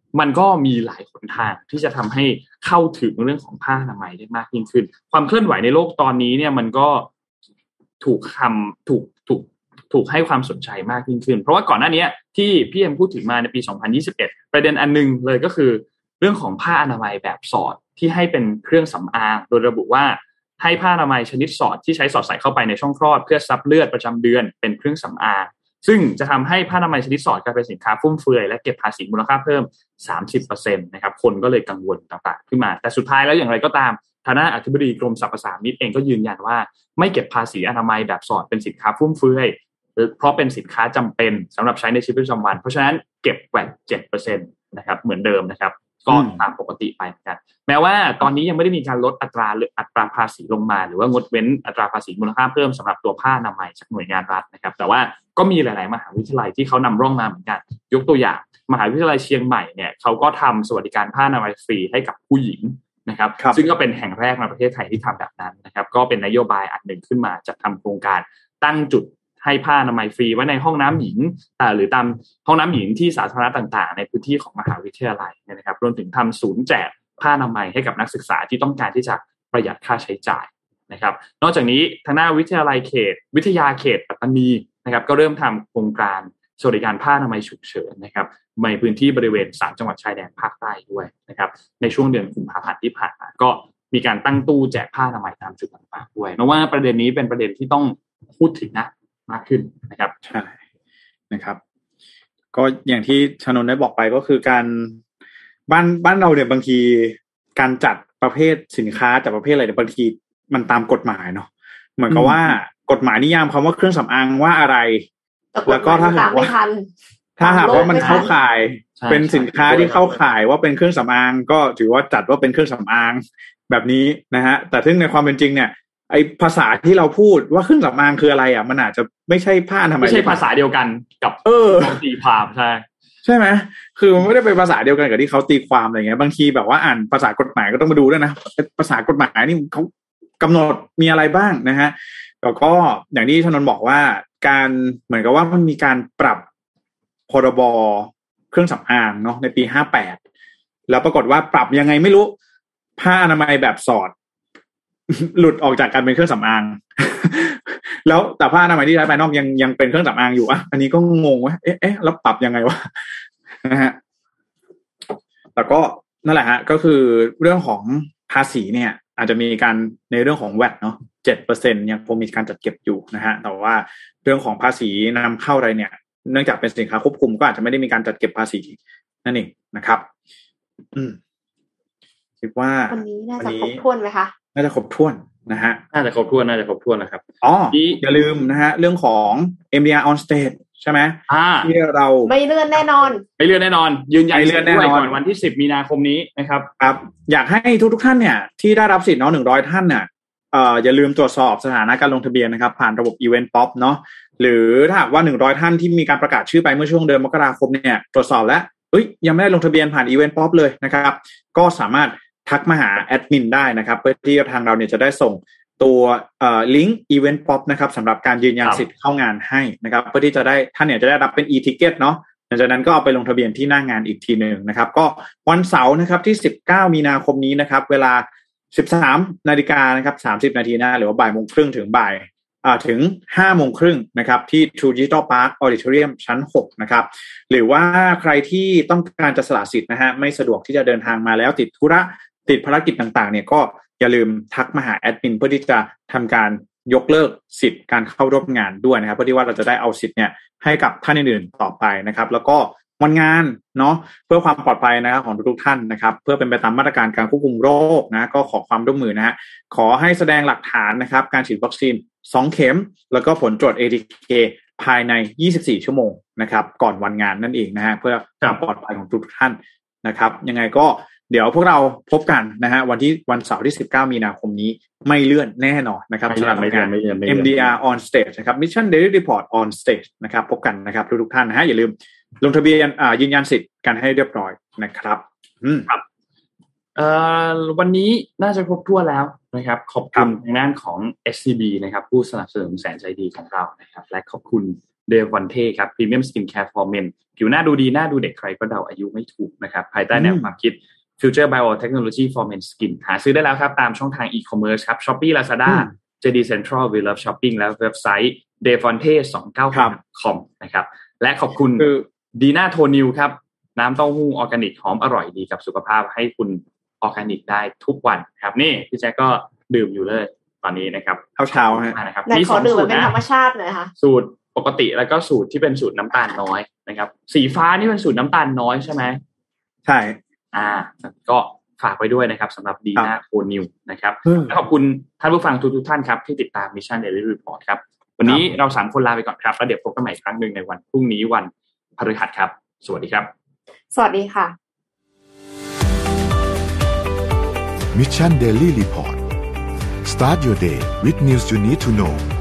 มันก็มีหลายหนทางที่จะทำให้เข้าถึงเรื่องของผ้าอนามัยได้มากยิ่งขึ้นความเคลื่อนไหวในโลกตอนนี้เนี่ยมันก็ถูกให้ความสนใจมากยิ่งขึ้นเพราะว่าก่อนหน้านี้ที่พี่เอ็มพูดถึงมาในปี2021ประเด็นอันนึงเลยก็คือเรื่องของผ้าอนามัยแบบสอดที่ให้เป็นเครื่องสำอางโดยระบุว่าให้ผ้าอนามัยชนิดสอดที่ใช้สอดใส่เข้าไปในช่องคลอดเพื่อซับเลือดประจำเดือนเป็นเครื่องสำอางซึ่งจะทำให้ผ้าอนามัยชนิดสอดกลายเป็นสินค้าฟุ่มเฟือยและเก็บภาษีมูลค่าเพิ่ม 30% นะครับคนก็เลยกังวลต่างๆขึ้นมาแต่สุดท้ายแล้วอย่างไรก็ตามทางด้านอธิบดีกรมสรรพสามิตเองก็ยืนยันว่าไม่เก็บภาษีอนามัยแบบสอดเป็นสินค้าฟุ่มเฟือยเพราะเป็นสินค้าจำเป็นสำหรับใช้ในชีวิตประจำวันเพราะฉะนั้นเก็บแวต 7% นะครับเหมือนเดิมนะครับก็ตามปกติไปเหมือนกันแม้ว่าตอนนี้ยังไม่ได้มีการลดอัตราภาษีลงมาหรือว่างดเว้นอัตราภาษีมูลค่าเพิ่มสำหรับตัวผ้าอนามัยจากหน่วยงานรัฐนะครับแต่ว่าก็มีหลายๆมหาวิทยาลัยที่เขานำร่องมาเหมือนกันยกตัวอย่างมหาวิทยาลัยเชียงใหม่เนี่ยเขาก็ทำสวัสดิการผ้าอนามัยฟรีให้กับผู้หญิงนะครับซึ่งก็เป็นแห่งแรกในประเทศไทยที่ทำแบบนั้นนะครับก็เป็นนโยบายอันหนึ่งขึ้นมาจัดทำโครงการตั้งจุดให้ผ้าอนามัยฟรีไว้ในห้องน้ำหญิงหรือตามห้องน้ำหญิงที่สาธารณะต่างๆในพื้นที่ของมหาวิทยาลัยนะครับรวมถึงทำศูนย์แจกผ้าอนามัยให้กับนักศึกษาที่ต้องการที่จะประหยัดค่าใช้จ่ายนะครับนอกจากนี้ทางหน้าวิทยาเขตปัตตานีนะครับก็เริ่มทำโครงการสวัสดิการผ้าอนามัยฉุกเฉินนะครับในพื้นที่บริเวณ3จังหวัดชายแดนภาคใต้ด้วยนะครับในช่วงเดือนกุมภาพันธ์ที่ผ่านมาก็มีการตั้งตู้แจกผ้าอนามัยตามจุดต่างๆด้วยเพราะว่าประเด็นนี้เป็นประเด็นที่ต้องพูดถึงนะมากขึ้นนะครับใช่นะครับก็อย่างที่ชนนท์ได้บอกไปก็คือการบ้านเราเนี่ยบางทีการจัดประเภทสินค้าจัดประเภทอะไรเนี่ยบางทีมันตามกฎหมายเนาะเหมือนกับว่ากฎหมายนิยามคำว่าเครื่องสำอางว่าอะไรแล้วก็ถ้าหากว่ามันเข้าข่ายเป็นสินค้าที่เข้าข่ายว่าเป็นเครื่องสำอางก็ถือว่าจัดว่าเป็นเครื่องสำอางแบบนี้นะฮะแต่ซึ่งในความเป็นจริงเนี่ยไอภาษาที่เราพูดว่าเครื่องสำอางคืออะไรอ่ะมันอาจจะไม่ใช่ผ้าทำไมไม่ใช่ภาษาเดียวกันกับตีความใช่ไหมคือมันไม่ได้เป็นภาษาเดียวกันกับที่เขาตีความอะไรเงี้ยบางทีแบบว่าอ่านภาษากฎหมายก็ต้องมาดูด้วยนะภาษากฎหมายนี่เขากำหนดมีอะไรบ้างนะฮะแล้วก็อย่างที่ชนนท์บอกว่าการเหมือนกับว่ามันมีการปรับพรบเครื่องสำอางเนาะในปี58แล้วปรากฏว่าปรับยังไงไม่รู้ผ้าอนามัยแบบสอดหลุดออกจากการเป็นเครื่องสำอางแล้วแต่ผ้าอนามัยที่ใช้ภายนอกยังเป็นเครื่องสำอางอยู่อ่ะอันนี้ก็งงว่าเอ๊ะแล้วปรับยังไงวะนะฮะแต่ก็นั่นแหละฮะก็คือเรื่องของภาษีเนี่ยอาจจะมีการในเรื่องของ VAT เนาะ 7% ยังคงมีการจัดเก็บอยู่นะฮะแต่ว่าเรื่องของภาษีนำเข้าอะไรเนี่ยเนื่องจากเป็นสินค้าควบคุมก็อาจจะไม่ได้มีการจัดเก็บภาษีนั่นเองนะครับคิดว่าวันนี้น่าจะครบถ้วนไหมคะน่าจะครบถ้วนนะฮะน่าจะครบถ้วนนะครับอย่าลืมนะฮะเรื่องของ MDR on stage ใช่ไหมที่เราไม่เลื่อนแน่นอนยืนยันด้วยก่อนวันที่10มีนาคมนี้นะครับครับอยากให้ทุกท่านเนี่ยที่ได้รับสิทธิ์เนาะ100ท่านเนี่ยอย่าลืมตรวจสอบสถานะการลงทะเบียนนะครับผ่านระบบ Event Pop เนาะหรือถ้าหากว่า100ท่านที่มีการประกาศชื่อไปเมื่อช่วงเดือนมกราคมเนี่ยตรวจสอบแล้วยังไม่ได้ลงทะเบียนผ่าน Event Pop เลยนะครับก็สามารถทักมาหาแอดมินได้นะครับเพื่อที่ทางเราเนี่ยจะได้ส่งตัวลิงก์ Event Pop นะครับสำหรับการยืนยันสิทธิ์เข้างานให้นะครับเพื่อที่จะได้ท่านเนี่ยจะได้รับเป็น e-ticket เนาะหลังจากนั้นก็เอาไปลงทะเบียนที่หน้างานอีกทีนึงนะครับก็วันเสาร์นะครับที่19มีนาคมนี้นะครับเวลา 13:00 นนะครับ30 นาทีนะหรือว่า 13:30 ถึงถึง 5:30 นนะครับที่ True Digital Park Auditorium ชั้น 6 นะครับหรือว่าใครที่ต้องการจะสละสิทธิ์นะฮะไม่สะดวกที่จะเดินทางมาแล้วติดธุระติดภารกิจต่างๆเนี่ยก็อย่าลืมทักมาหาแอดมินเพื่อที่จะทำการยกเลิกสิทธิ์การเข้าร่วมงานด้วยนะครับเพื่อที่ว่าเราจะได้เอาสิทธิ์เนี่ยให้กับท่านอื่นๆต่อไปนะครับแล้วก็วันงานเนาะเพื่อความปลอดภัยนะครับของทุกท่านนะครับเพื่อเป็นไปตามมาตรการการควบคุมโรคนะก็ขอความร่วมมือนะฮะขอให้แสดงหลักฐานนะครับการฉีดวัคซีน2เข็มแล้วก็ผลตรวจ ATK ภายใน24ชั่วโมงนะครับก่อนวันงานนั่นเองนะฮะเพื่อความปลอดภัยของทุกท่านนะครับยังไงก็เดี๋ยวพวกเราพบกันนะฮะวันเสาร์ที่19มีนาคมนี้ไม่เลื่อนแน่นอนนะครับสำหรับงาน MDR on stage นะครับ Mission Daily Report on stage นะครับพบกันนะครับทุกท่านนะฮะอย่าลืมลงทะเบียนยืนยันสิทธิ์กันให้เรียบร้อยนะครับครับวันนี้น่าจะครบถ้วนแล้วนะครับขอบคุณทางด้านของ SCB นะครับผู้สนับสนุนแสนใจดีของเรานะครับและขอบคุณ Devonte ครับ Premium Skincare for Men ผิวหน้าดูดีหน้าดูเด็กใครก็เดาอายุไม่ถูกนะครับภายใต้แนวความคิด Future Biotechnology for Men Skin หาซื้อได้แล้วครับตามช่องทาง e-commerce ครับ Shopee Lazada JD Central We Love Shopping และเว็บไซต์ devonte299.com นะครับและขอบคุณดีน่าโทนิวครับน้ำเต้าหู้ออร์แกนิกหอมอร่อยดีกับสุขภาพให้คุณออร์แกนิกได้ทุกวันครับนี่พี่แจ๊คก็ดื่มอยู่เลยตอนนี้นะครับเช้าๆนะครับมี2สูตรเป็นธรรมชาติหน่อยค่ะสูตรปกติแล้วก็สูตรที่เป็นสูตรน้ำตาลน้อยนะครับสีฟ้านี่เป็นสูตรน้ำตาลน้อยใช่ไหมใช่ก็ฝากไว้ด้วยนะครับสำหรับดีน่าโทนิวนะครับและขอบคุณท่านผู้ฟังทุกท่านครับที่ติดตาม Mission Daily Report ครับวันนี้เรา3คนลาไปก่อนครับแล้วเดี๋ยวพบกันใหม่ครั้งนึงในวันพรุ่งนี้วันพฤหัสครับสวัสดีครับสวัสดีค่ะ Mission Daily Report Start your day with news you need to know